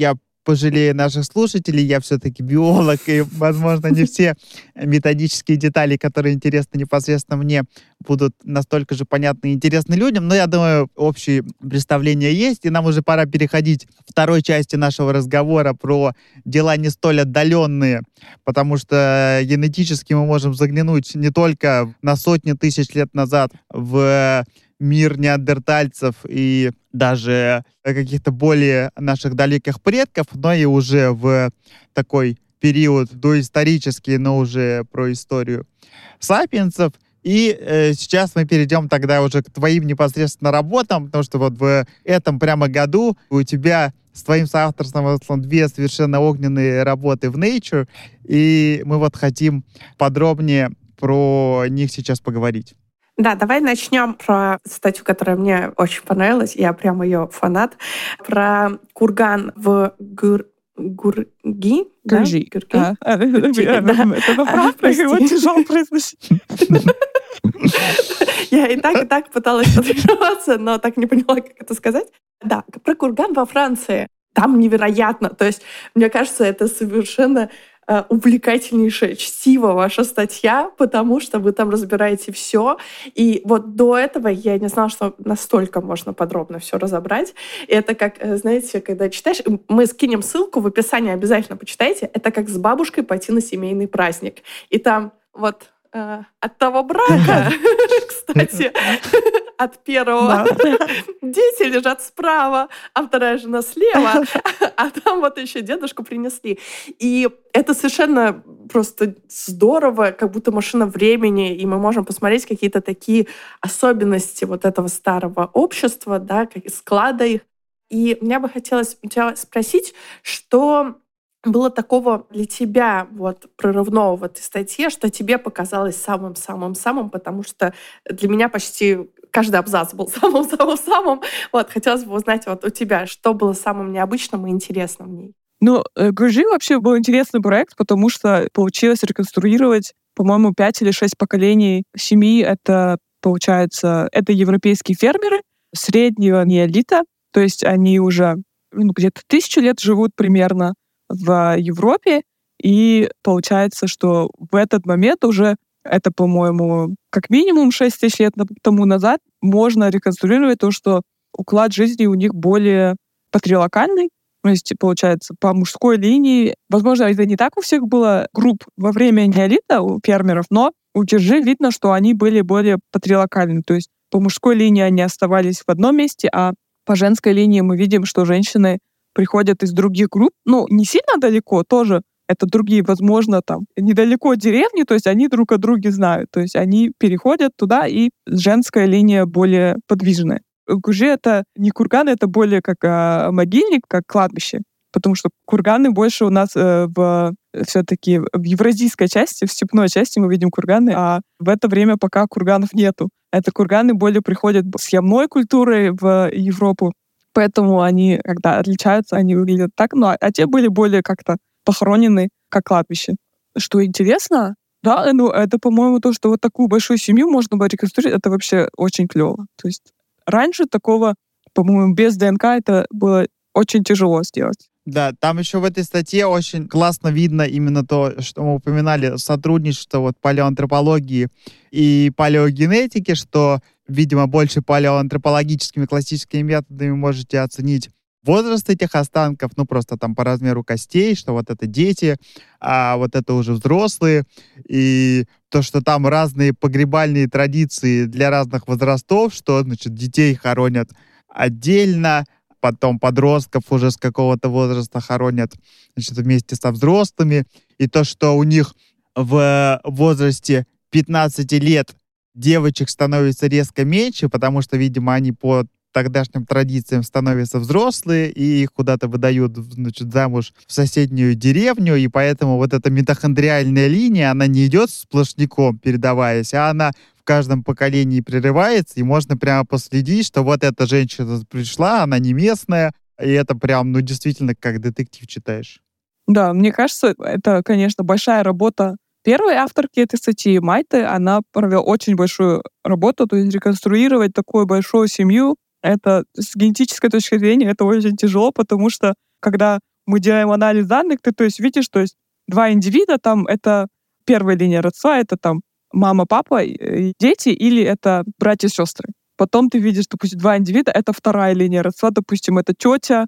пожалею наших слушателей, я все-таки биолог, и, возможно, не все методические детали, которые интересны непосредственно мне, будут настолько же понятны и интересны людям, но я думаю, общее представление есть, и нам уже пора переходить к второй части нашего разговора про дела не столь отдаленные, потому что генетически мы можем заглянуть не только на сотни тысяч лет назад в мир неандертальцев и даже каких-то более наших далеких предков, но и уже в такой период доисторический, но уже про историю сапиенсов. И сейчас мы перейдем тогда уже к твоим непосредственно работам, потому что вот в этом прямо году у тебя с твоим соавторством 2 совершенно огненные работы в Nature, и мы вот хотим подробнее про них сейчас поговорить. Да, давай начнем про статью, которая мне очень понравилась, я прям ее фанат, про курган в Гурги. Гурги. Это правда, его тяжело произносить. Я и так пыталась потренироваться, но так не поняла, как это сказать. Да, про курган во Франции. Там невероятно. То есть, мне кажется, это совершенно увлекательнейшее чтиво ваша статья, потому что вы там разбираете все. И вот до этого я не знала, что настолько можно подробно все разобрать. И это как, знаете, когда читаешь, мы скинем ссылку в описании, обязательно почитайте. Это как с бабушкой пойти на семейный праздник. И там вот от того брака, кстати, от первого дети лежат справа, а вторая жена слева, а там вот еще дедушку принесли. И это совершенно просто здорово, как будто машина времени, и мы можем посмотреть какие-то такие особенности вот этого старого общества, да, склада их. И мне бы хотелось у тебя спросить, что было такого для тебя вот прорывного в этой статье, что тебе показалось самым-самым-самым, потому что для меня почти каждый абзац был самым-самым-самым. Вот, хотелось бы узнать вот у тебя, что было самым необычным и интересным в ней. Ну, Гурги вообще был интересный проект, потому что получилось реконструировать, по-моему, 5 или 6 поколений семьи. Это, получается, это европейские фермеры среднего неолита, то есть они уже где-то 1000 лет живут примерно в Европе, и получается, что в этот момент уже, это, по-моему, как минимум 6 тысяч лет тому назад, можно реконструировать то, что уклад жизни у них более патриархальный, то есть, получается, по мужской линии, возможно, это не так у всех было групп во время неолита у фермеров, но у Гурги видно, что они были более патриархальны, то есть по мужской линии они оставались в одном месте, а по женской линии мы видим, что женщины приходят из других групп, не сильно далеко, тоже это другие, возможно, там, недалеко деревни, то есть они друг о друге знают, то есть они переходят туда, и женская линия более подвижная. Гурги — это не курган, это более как могильник, как кладбище, потому что курганы больше у нас все-таки в евразийской части, в степной части мы видим курганы, а в это время пока курганов нету. Это курганы более приходят с ямной культурой в Европу, поэтому они, когда отличаются, они выглядят так. А те были более как-то похоронены, как кладбище. Что интересно, да, это, по-моему, то, что вот такую большую семью можно было реконструировать, это вообще очень клево. То есть раньше такого, по-моему, без ДНК это было очень тяжело сделать. Да, там еще в этой статье очень классно видно именно то, что мы упоминали, сотрудничество вот палеоантропологии и палеогенетики, что, видимо, больше палеоантропологическими классическими методами можете оценить возраст этих останков, просто там по размеру костей, что вот это дети, а вот это уже взрослые, и то, что там разные погребальные традиции для разных возрастов, что, значит, детей хоронят отдельно, потом подростков уже с какого-то возраста хоронят, значит, вместе со взрослыми, и то, что у них в возрасте 15 лет девочек становится резко меньше, потому что, видимо, они по тогдашним традициям становятся взрослые, и их куда-то выдают, значит, замуж в соседнюю деревню, и поэтому вот эта митохондриальная линия, она не идет сплошняком передаваясь, а она в каждом поколении прерывается, и можно прямо последить, что вот эта женщина пришла, она не местная, и это прям, действительно, как детектив читаешь. Да, мне кажется, это, конечно, большая работа первой авторки этой статьи, Майте. Она провела очень большую работу, то есть реконструировать такую большую семью, это с генетической точки зрения это очень тяжело, потому что когда мы делаем анализ данных, ты, то есть, видишь, то есть, два индивида, там, это первая линия родства, это там мама, папа, и дети, или это братья и сестры. Потом ты видишь, допустим, два индивида, это вторая линия родства, допустим, это тетя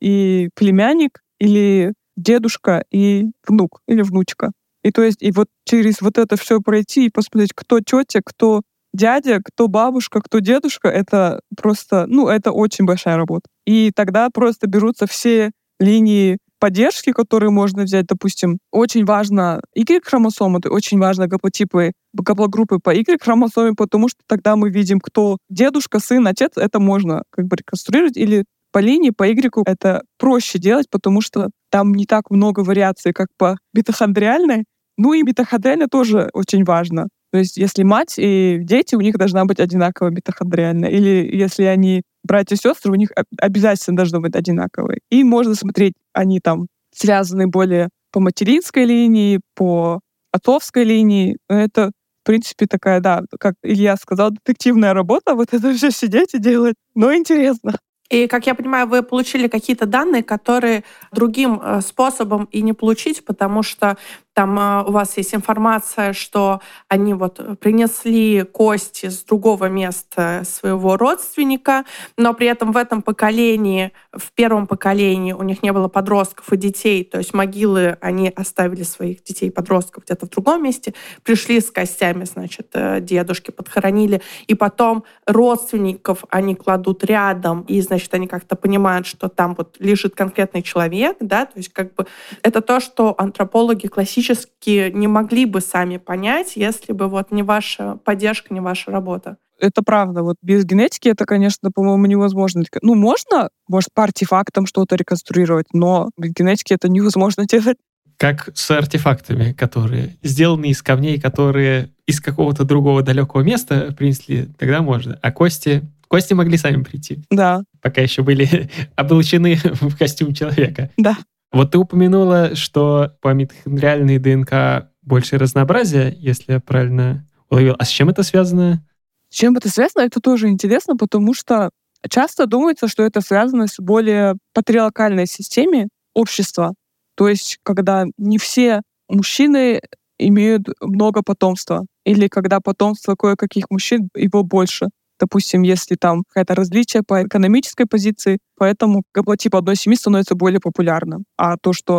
и племянник, или дедушка и внук, или внучка. И то есть, и вот через вот это все пройти и посмотреть, кто тетя, кто дядя, кто бабушка, кто дедушка, это просто, это очень большая работа. И тогда просто берутся все линии поддержки, которые можно взять. Допустим, очень важно Y-хромосома, очень важно гаплотипы, гаплогруппы по Y-хромосоме, потому что тогда мы видим, кто дедушка, сын, отец, это можно как бы реконструировать, или по линии, по Y это проще делать, потому что там не так много вариаций, как по митохондриальной. И митохондриальная тоже очень важно. То есть если мать и дети, у них должна быть одинаковая митохондриальная. Или если они братья и сестры, у них обязательно должно быть одинаковые. И можно смотреть, они там связаны более по материнской линии, по отцовской линии. Это, в принципе, такая, да, как Илья сказал, детективная работа. Вот это все сидеть и делать. Но интересно. И, как я понимаю, вы получили какие-то данные, которые другим способом и не получить, потому что там у вас есть информация, что они вот принесли кости с другого места своего родственника, но при этом в этом поколении, в первом поколении у них не было подростков и детей, то есть могилы они оставили своих детей и подростков где-то в другом месте, пришли с костями, значит, дедушки, похоронили, и потом родственников они кладут рядом, и, значит, они как-то понимают, что там вот лежит конкретный человек, да, то есть как бы это то, что антропологи классически не могли бы сами понять, если бы вот не ваша поддержка, не ваша работа. Это правда. Вот без генетики это, конечно, по-моему, невозможно. Можно, может, по артефактам что-то реконструировать, но без генетики это невозможно делать. Как с артефактами, которые сделаны из камней, которые из какого-то другого далекого места принесли, тогда можно. А кости могли сами прийти. Да. Пока еще были облачены в костюм человека. Да. Вот ты упомянула, что по митохондриальной ДНК больше разнообразия, если я правильно уловил. А с чем это связано? С чем это связано, это тоже интересно, потому что часто думается, что это связано с более патриархальной системой общества. То есть, когда не все мужчины имеют много потомства, или когда потомство кое-каких мужчин, его больше. Допустим, если там какое-то различие по экономической позиции, поэтому гаплотип одной семьи становится более популярным. А то, что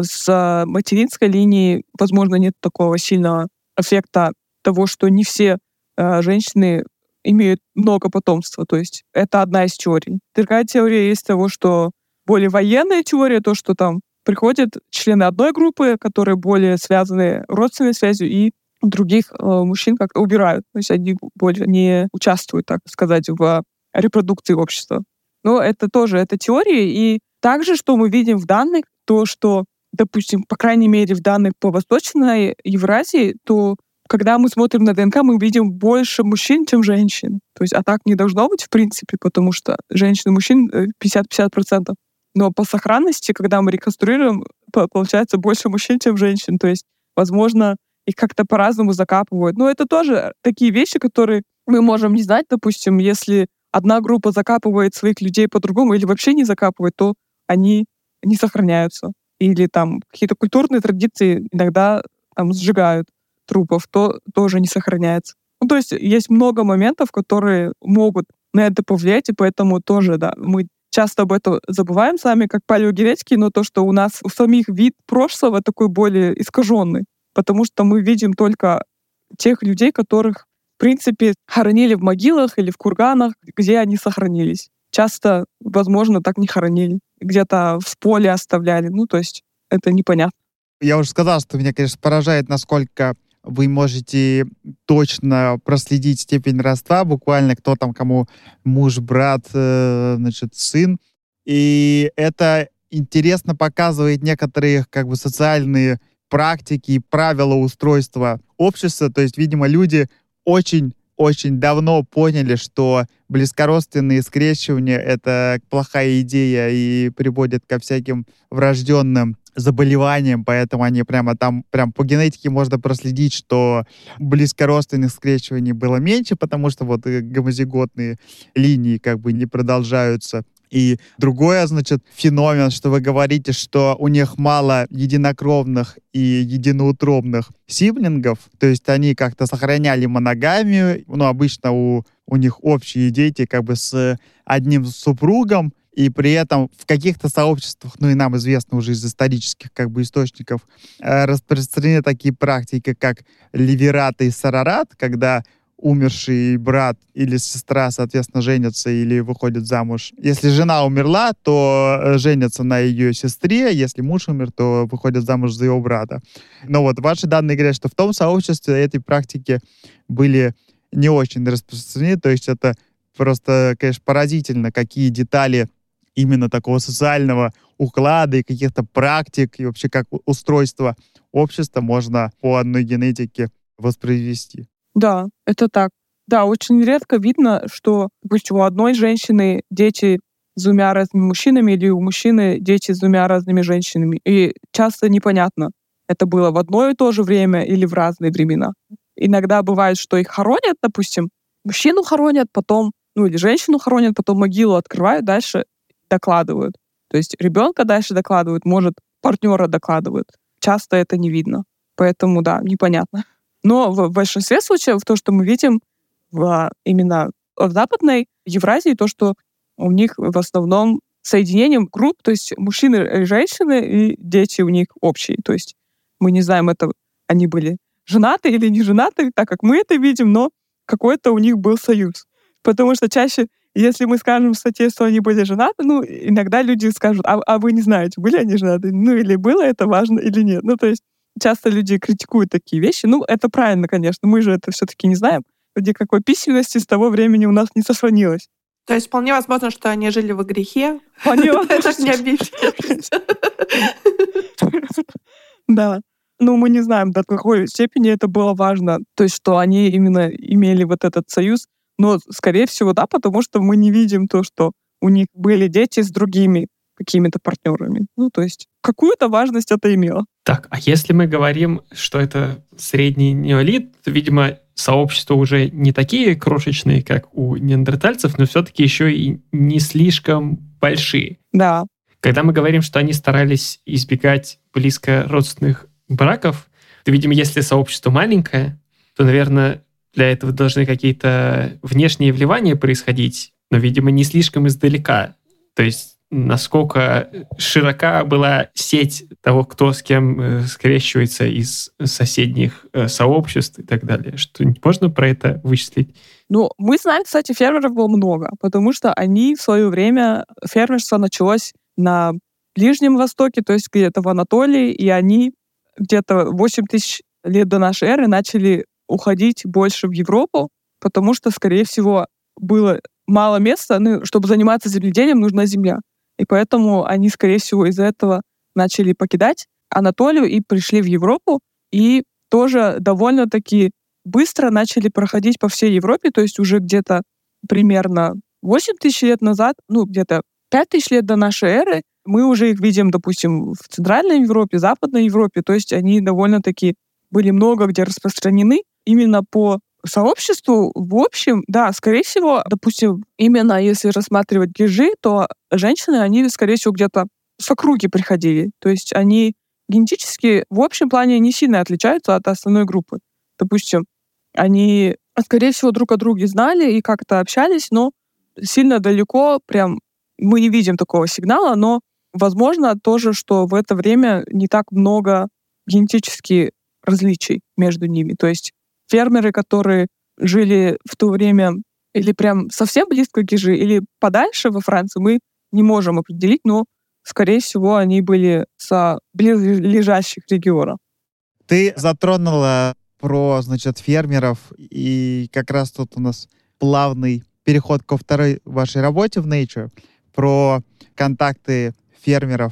с материнской линии, возможно, нет такого сильного эффекта того, что не все женщины имеют много потомства. То есть это одна из теорий. Другая теория есть того, что более военная теория, то, что там приходят члены одной группы, которые более связаны родственной связью, и других мужчин как убирают. То есть они более не участвуют, так сказать, в репродукции общества. Но это тоже это теория. И также, что мы видим в данных, то, что, допустим, по крайней мере, в данных по Восточной Евразии, то когда мы смотрим на ДНК, мы видим больше мужчин, чем женщин. То есть, а так не должно быть, в принципе, потому что женщин и мужчин 50-50%. Но по сохранности, когда мы реконструируем, получается больше мужчин, чем женщин. То есть, возможно, их как-то по-разному закапывают. Но это тоже такие вещи, которые мы можем не знать. Допустим, если одна группа закапывает своих людей по-другому или вообще не закапывает, то они не сохраняются. Или там какие-то культурные традиции иногда там сжигают трупов, то тоже не сохраняется. То есть есть много моментов, которые могут на это повлиять, и поэтому тоже, да, мы часто об этом забываем сами, как палеогенетики, но то, что у нас у самих вид прошлого такой более искаженный, потому что мы видим только тех людей, которых, в принципе, хоронили в могилах или в курганах, где они сохранились. Часто, возможно, так не хоронили. Где-то в поле оставляли. То есть это непонятно. Я уже сказал, что меня, конечно, поражает, насколько вы можете точно проследить степень родства, буквально кто там кому муж, брат, значит, сын. И это интересно показывает некоторые как бы социальные практики и правила устройства общества. То есть, видимо, люди очень давно поняли, что близкородственные скрещивания — это плохая идея и приводит ко всяким врожденным заболеваниям, поэтому они прям по генетике можно проследить, что близкородственных скрещиваний было меньше, потому что вот гомозиготные линии как бы не продолжаются И другое, значит, феномен, что вы говорите, что у них мало единокровных и единоутробных сиблингов, то есть они как-то сохраняли моногамию, обычно у них общие дети как бы с одним супругом, и при этом в каких-то сообществах, и нам известно уже из исторических как бы источников, распространены такие практики, как ливерат и сорорат, когда умерший брат или сестра, соответственно, женятся или выходят замуж. Если жена умерла, то женятся на ее сестре, если муж умер, то выходят замуж за его брата. Но вот ваши данные говорят, что в том сообществе эти практики были не очень распространены, то есть это просто, конечно, поразительно, какие детали именно такого социального уклада и каких-то практик, и вообще как устройство общества можно по одной генетике воспроизвести. Да, это так. Да, очень редко видно, что, допустим, у одной женщины дети с двумя разными мужчинами или у мужчины дети с двумя разными женщинами. И часто непонятно, это было в одно и то же время или в разные времена. Иногда бывает, что их хоронят, допустим, мужчину хоронят, потом, или женщину хоронят, потом могилу открывают, дальше докладывают. То есть ребенка дальше докладывают, может, партнера докладывают. Часто это не видно. Поэтому, да, непонятно. Но в большинстве случаев то, что мы видим именно в Западной Евразии, то, что у них в основном соединением групп, то есть мужчины и женщины, и дети у них общие. То есть мы не знаем, это они были женаты или не женаты, так как мы это видим, но какой-то у них был союз. Потому что чаще, если мы скажем в статье, что они были женаты, иногда люди скажут, а вы не знаете, были они женаты? Или было это важно, или нет. То есть часто люди критикуют такие вещи. Это правильно, конечно. Мы же это все-таки не знаем. Никакой письменности с того времени у нас не сохранилось. То есть вполне возможно, что они жили во грехе. Вполне возможно. Это не объясняет. Да. Мы не знаем, до какой степени это было важно. То есть, что они именно имели вот этот союз. Но, скорее всего, да, потому что мы не видим то, что у них были дети с другими какими-то партнерами. То есть какую-то важность это имело. Так, а если мы говорим, что это средний неолит, то, видимо, сообщества уже не такие крошечные, как у неандертальцев, но все-таки еще и не слишком большие. Да. Когда мы говорим, что они старались избегать близко родственных браков, то, видимо, если сообщество маленькое, то, наверное, для этого должны какие-то внешние вливания происходить, но, видимо, не слишком издалека. То есть насколько широка была сеть того, кто с кем скрещивается из соседних сообществ и так далее. Что-нибудь можно про это вычислить? Мы знаем, кстати, фермеров было много, потому что они в свое время, фермерство началось на Ближнем Востоке, то есть где-то в Анатолии, и они где-то 8 тысяч лет до нашей эры начали уходить больше в Европу, потому что, скорее всего, было мало места, чтобы заниматься земледелием, нужна земля. И поэтому они, скорее всего, из-за этого начали покидать Анатолию и пришли в Европу, и тоже довольно-таки быстро начали проходить по всей Европе, то есть уже где-то примерно 8 тысяч лет назад, где-то 5 тысяч лет до нашей эры, мы уже их видим, допустим, в Центральной Европе, Западной Европе, то есть они довольно-таки были много где распространены именно по сообществу. В общем, да, скорее всего, допустим, именно если рассматривать гижи, то женщины, они, скорее всего, где-то с округи приходили. То есть они генетически в общем плане не сильно отличаются от основной группы. Допустим, они, скорее всего, друг о друге знали и как-то общались, но сильно далеко прям мы не видим такого сигнала, но возможно тоже, что в это время не так много генетически различий между ними. То есть фермеры, которые жили в то время или прям совсем близко к гижи, или подальше во Франции, мы не можем определить, но, скорее всего, они были с близлежащих регионов. Ты затронула про, фермеров, и как раз тут у нас плавный переход ко второй вашей работе в Nature, про контакты фермеров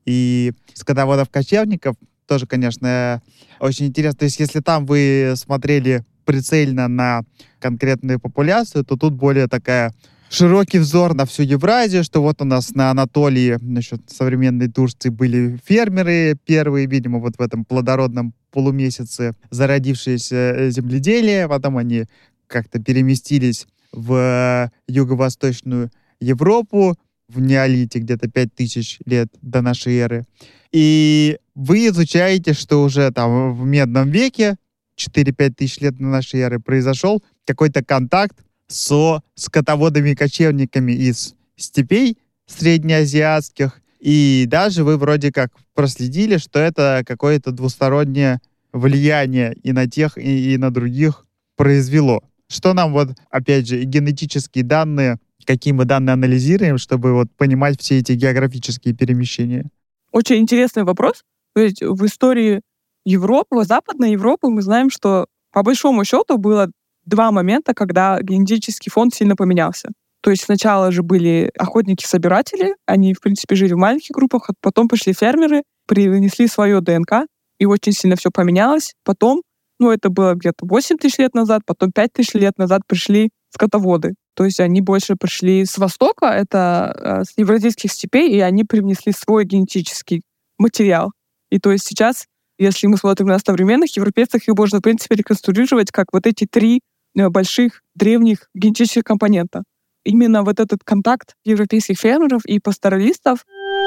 и скотоводов-кочевников. Тоже, конечно, очень интересно. То есть, если там вы смотрели прицельно на конкретную популяцию, то тут более такая широкий взор на всю Евразию, что вот у нас на Анатолии, современной Турции, были фермеры первые, видимо, вот в этом плодородном полумесяце зародившееся земледелие, потом они как-то переместились в юго-восточную Европу, в неолите, где-то 5000 лет до нашей эры. И вы изучаете, что уже там в Медном веке, 4-5 тысяч лет до нашей эры, произошел какой-то контакт со скотоводами-кочевниками из степей среднеазиатских. И даже вы вроде как проследили, что это какое-то двустороннее влияние и на тех, и на других произвело. Что нам вот, опять же, генетические данные, какие мы данные анализируем, чтобы вот понимать все эти географические перемещения? Очень интересный вопрос. То есть в истории Европы, Западной Европы мы знаем, что по большому счету было два момента, когда генетический фонд сильно поменялся. То есть сначала же были охотники-собиратели, они, в принципе, жили в маленьких группах, а потом пришли фермеры, принесли свое ДНК, и очень сильно все поменялось. Потом, это было где-то 8 тысяч лет назад, потом 5 тысяч лет назад пришли скотоводы. То есть они больше пришли с востока, это с евразийских степей, и они привнесли свой генетический материал. И то есть сейчас, если мы смотрим на современных европейцев, их можно, в принципе, реконструировать как вот эти три больших древних генетических компонента. Именно вот этот контакт европейских фермеров и пасторалистов.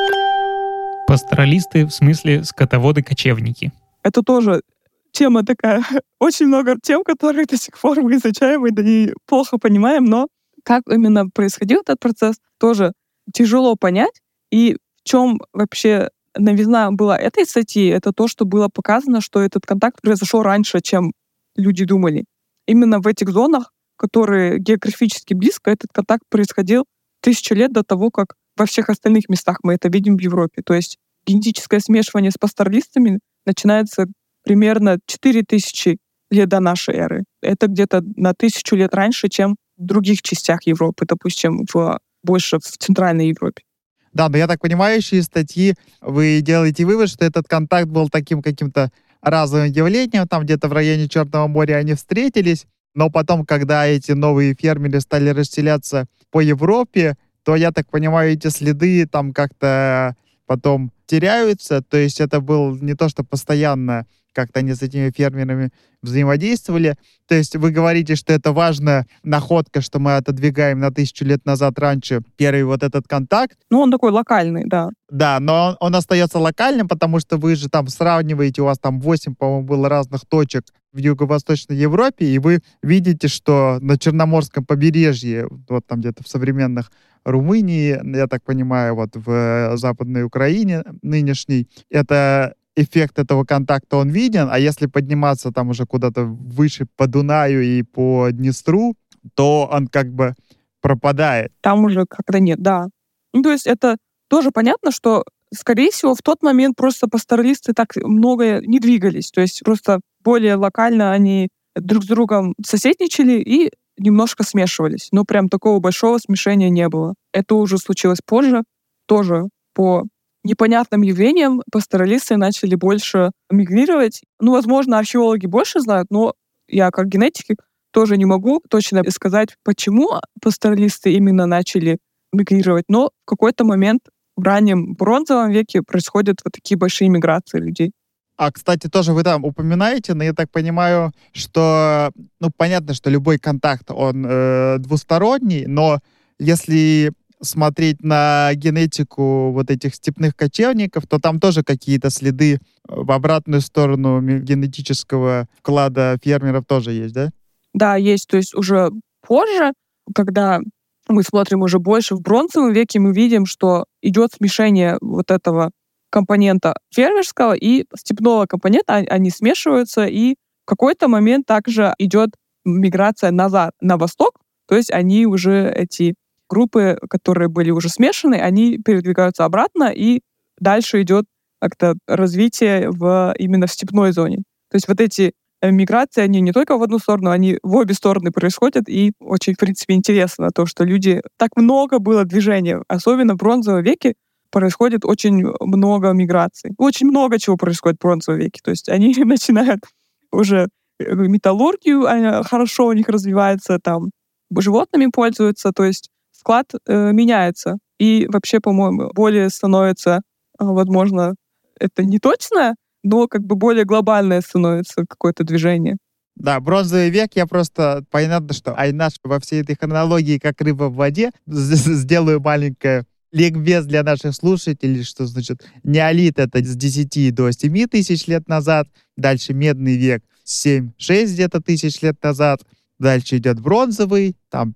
Пасторалисты в смысле скотоводы-кочевники. Это тоже тема такая. Очень много тем, которые до сих пор мы изучаем и плохо понимаем, но как именно происходил этот процесс, тоже тяжело понять. И в чем вообще новизна была этой статьи, это то, что было показано, что этот контакт произошел раньше, чем люди думали. Именно в этих зонах, которые географически близко, этот контакт происходил 1000 лет до того, как во всех остальных местах мы это видим в Европе. То есть генетическое смешивание с пасторалистами начинается примерно 4000 лет до нашей эры. Это где-то на 1000 лет раньше, чем в других частях Европы, допустим, больше в Центральной Европе. Да, но я так понимаю, еще из статьи вы делаете вывод, что этот контакт был таким каким-то разовым явлением, там где-то в районе Черного моря они встретились, но потом, когда эти новые фермеры стали расселяться по Европе, то, я так понимаю, эти следы там как-то потом теряются, то есть это был не то, что постоянно как-то они с этими фермерами взаимодействовали. То есть вы говорите, что это важная находка, что мы отодвигаем на 1000 лет назад раньше первый вот этот контакт. Он такой локальный, да. Да, но он остается локальным, потому что вы же там сравниваете, у вас там 8, по-моему, было разных точек в Юго-Восточной Европе, и вы видите, что на Черноморском побережье, вот там где-то в современных Румынии, я так понимаю, вот в Западной Украине нынешней, это эффект этого контакта он виден, а если подниматься там уже куда-то выше по Дунаю и по Днестру, то он как бы пропадает. Там уже как-то нет, да. То есть это тоже понятно, что, скорее всего, в тот момент просто пасторалисты так много не двигались. То есть просто более локально они друг с другом соседничали и немножко смешивались. Но прям такого большого смешения не было. Это уже случилось позже, тоже по непонятным явлениям пасторалисты начали больше мигрировать. Возможно, археологи больше знают, но я как генетик тоже не могу точно сказать, почему пасторалисты именно начали мигрировать. Но в какой-то момент в раннем бронзовом веке происходят вот такие большие миграции людей. А, кстати, тоже вы там упоминаете, но я так понимаю, что, понятно, что любой контакт, он двусторонний, но если смотреть на генетику вот этих степных кочевников, то там тоже какие-то следы в обратную сторону генетического вклада фермеров тоже есть, да? Да, есть. То есть уже позже, когда мы смотрим уже больше в бронзовом веке, мы видим, что идет смешение вот этого компонента фермерского и степного компонента, они смешиваются, и в какой-то момент также идет миграция назад, на восток, то есть они уже, эти группы, которые были уже смешаны, они передвигаются обратно, и дальше идет как-то развитие именно в степной зоне. То есть вот эти миграции, они не только в одну сторону, они в обе стороны происходят, и очень, в принципе, интересно то, что так много было движения, особенно в бронзовом веке происходит очень много миграций. Очень много чего происходит в бронзовом веке. То есть они начинают уже металлургию, хорошо у них развивается, там животными пользуются, то есть склад меняется. И вообще, по-моему, более становится, возможно, это не точно, но как бы более глобальное становится какое-то движение. Да, бронзовый век, я просто, понятно, что Айнаш во всей этой хронологии, как рыба в воде, сделаю маленькое ликбез для наших слушателей, что значит неолит — это с 10 до 7 тысяч лет назад, дальше медный век 7-6 где-то тысяч лет назад, дальше идет бронзовый, там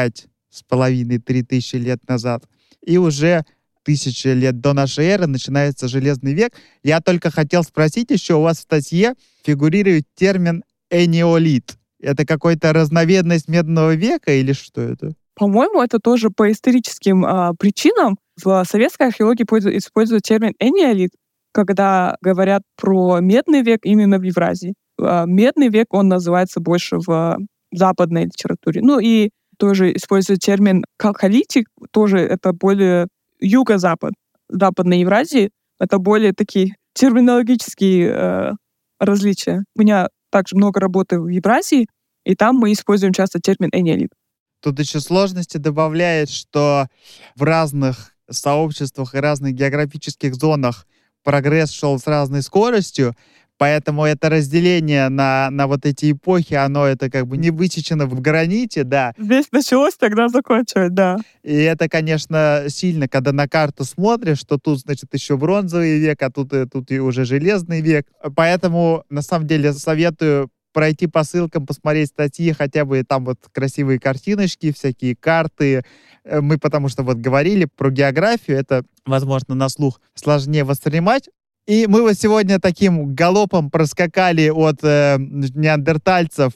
5,5-3 тысячи лет назад, и уже 1000 лет до нашей эры начинается железный век. Я только хотел спросить еще, у вас в статье фигурирует термин энеолит. Это какая-то разновидность медного века или что это? По-моему, это тоже по историческим причинам. В советской археологии используют термин энеолит, когда говорят про медный век именно в Евразии. Медный век, он называется больше в западной литературе. Ну и тоже используют термин калколитик, тоже это более юго-запад, западной Евразии. Это более такие терминологические различия. У меня также много работы в Евразии, и там мы используем часто термин энеолит. Тут еще сложности добавляет, что в разных сообществах и разных географических зонах прогресс шел с разной скоростью, поэтому это разделение на вот эти эпохи, оно это как бы не высечено в граните, да. Здесь началось, тогда закончилось, да. И это, конечно, сильно, когда на карту смотришь, что тут, значит, еще бронзовый век, а тут и уже железный век. Поэтому, на самом деле, советую пройти по ссылкам, посмотреть статьи, хотя бы там вот красивые картиночки, всякие карты. Мы потому что вот говорили про географию, это, возможно, на слух сложнее воспринимать. И мы вот сегодня таким галопом проскакали от неандертальцев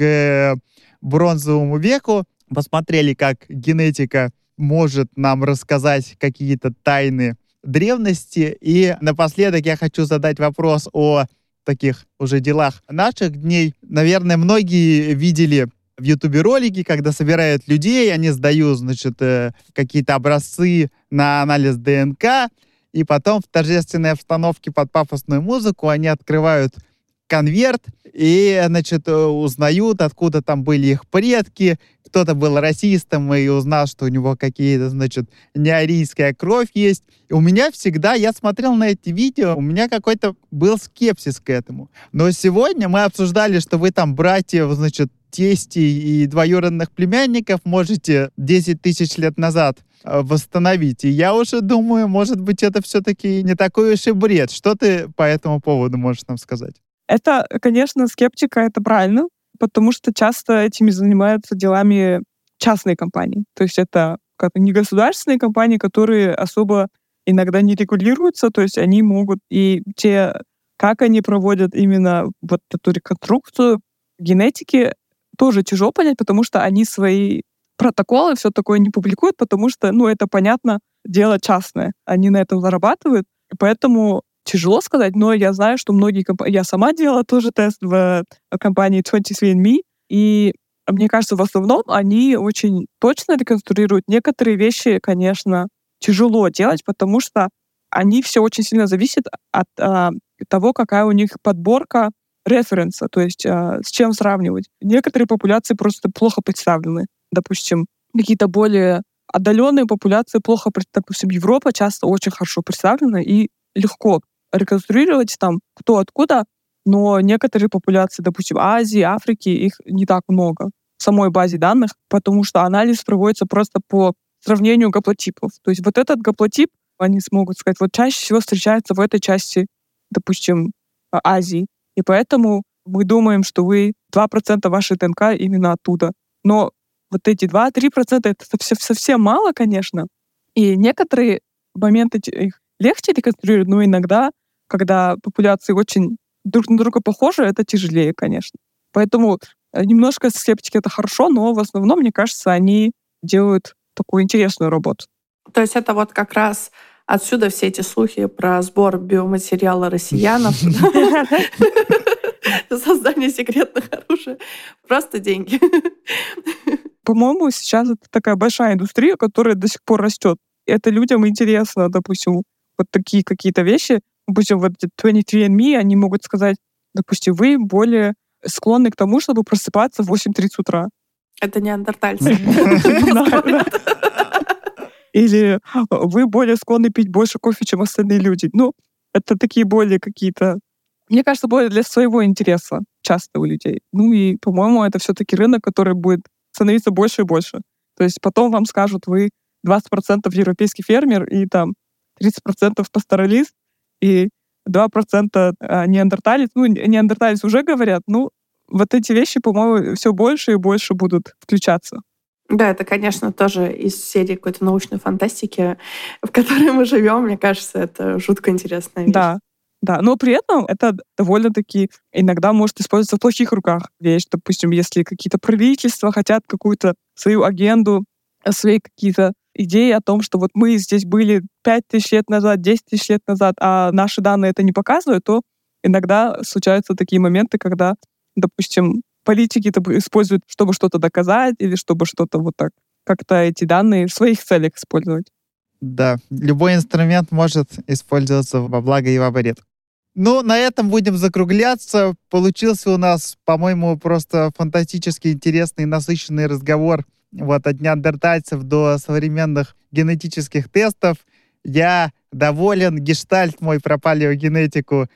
к бронзовому веку, посмотрели, как генетика может нам рассказать какие-то тайны древности. И напоследок я хочу задать вопрос о таких уже делах наших дней. Наверное, многие видели в Ютубе ролики, когда собирают людей, они сдают, значит, какие-то образцы на анализ ДНК, и потом в торжественной обстановке под пафосную музыку они открывают конверт и, значит, узнают, откуда там были их предки. Кто-то был расистом и узнал, что у него какие-то, значит, неарийская кровь есть. И у меня всегда, я смотрел на эти видео, у меня какой-то был скепсис к этому. Но сегодня мы обсуждали, что вы там братьев, значит, тестей и двоюродных племянников можете 10 тысяч лет назад восстановить. И я уже думаю, может быть, это все-таки не такой уж и бред. Что ты по этому поводу можешь нам сказать? Это, конечно, скептика, это правильно, потому что часто этими занимаются делами частные компании. То есть это как-то не государственные компании, которые особо иногда не регулируются, то есть они могут и как они проводят именно вот эту реконструкцию генетики, тоже тяжело понять, потому что они свои протоколы, все такое не публикуют, потому что, это понятно, дело частное. Они на этом зарабатывают, и поэтому тяжело сказать, но я знаю, что многие компании... Я сама делала тоже тест в компании 23andMe, и мне кажется, в основном они очень точно реконструируют. Некоторые вещи, конечно, тяжело делать, потому что они все очень сильно зависят от того, какая у них подборка референса, то есть с чем сравнивать. Некоторые популяции просто плохо представлены. Допустим, какие-то более отдаленные популяции плохо, допустим, Европа часто очень хорошо представлена и легко реконструировать там кто откуда, но некоторые популяции, допустим, Азии, Африки, их не так много в самой базе данных, потому что анализ проводится просто по сравнению гаплотипов. То есть вот этот гаплотип, они смогут сказать, вот чаще всего встречается в этой части, допустим, Азии. И поэтому мы думаем, что вы 2% вашей ДНК именно оттуда. Но вот эти 2-3% это совсем мало, конечно. И некоторые моменты их легче реконструировать, но иногда, когда популяции очень друг на друга похожи, это тяжелее, конечно. Поэтому немножко скептики — это хорошо, но в основном, мне кажется, они делают такую интересную работу. То есть это вот как раз отсюда все эти слухи про сбор биоматериала россиянов, создание секретных оружий. Просто деньги. По-моему, сейчас это такая большая индустрия, которая до сих пор растет. Это людям интересно, допустим, вот такие какие-то вещи. Допустим, вот 23andMe, они могут сказать, допустим, вы более склонны к тому, чтобы просыпаться в 8:30 утра. Это неандертальцы. Или вы более склонны пить больше кофе, чем остальные люди. Это такие более какие-то, мне кажется, более для своего интереса часто у людей. И, по-моему, это все-таки рынок, который будет становиться больше и больше. То есть потом вам скажут, вы 20% европейский фермер и там 30% пасторалист и 2% неандерталец. Ну, неандерталец уже говорят, ну, вот эти вещи, по-моему, все больше и больше будут включаться. Да, это, конечно, тоже из серии какой-то научной фантастики, в которой мы живем. Мне кажется, это жутко интересная вещь. Да, но при этом это довольно-таки иногда может использоваться в плохих руках вещь. Допустим, если какие-то правительства хотят какую-то свою агенду, свои какие-то идеи о том, что вот мы здесь были 5000 лет назад, 10 тысяч лет назад, а наши данные это не показывают, то иногда случаются такие моменты, когда, допустим, политики это используют, чтобы что-то доказать или чтобы что-то вот так, как-то эти данные в своих целях использовать. Да, любой инструмент может использоваться во благо и во вред. Ну, на этом будем закругляться. Получился у нас, по-моему, просто фантастически интересный и насыщенный разговор вот от неандертальцев до современных генетических тестов. Я доволен, гештальт мой про палеогенетику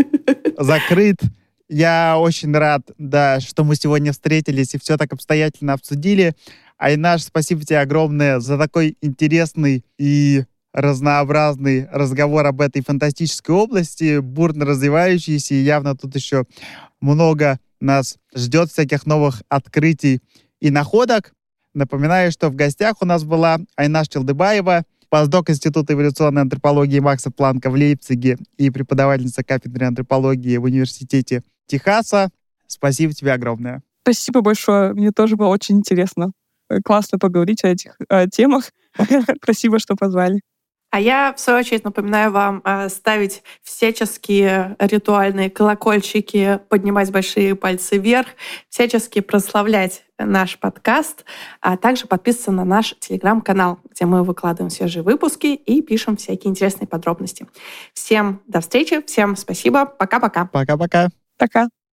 закрыт. Я очень рад, да, что мы сегодня встретились и все так обстоятельно обсудили. Айнаш, спасибо тебе огромное за такой интересный и разнообразный разговор об этой фантастической области, бурно развивающейся, и явно тут еще много нас ждет всяких новых открытий и находок. Напоминаю, что в гостях у нас была Айнаш Челдыбаева, постдок Института эволюционной антропологии Макса Планка в Лейпциге и преподавательница кафедры антропологии в Университете Техаса. Спасибо тебе огромное. Спасибо большое. Мне тоже было очень интересно. Классно поговорить о этих темах. Спасибо, что позвали. А я, в свою очередь, напоминаю вам ставить всяческие ритуальные колокольчики, поднимать большие пальцы вверх, всячески прославлять наш подкаст, а также подписываться на наш телеграм-канал, где мы выкладываем свежие выпуски и пишем всякие интересные подробности. Всем до встречи, всем спасибо, пока-пока. Пока-пока. Пока.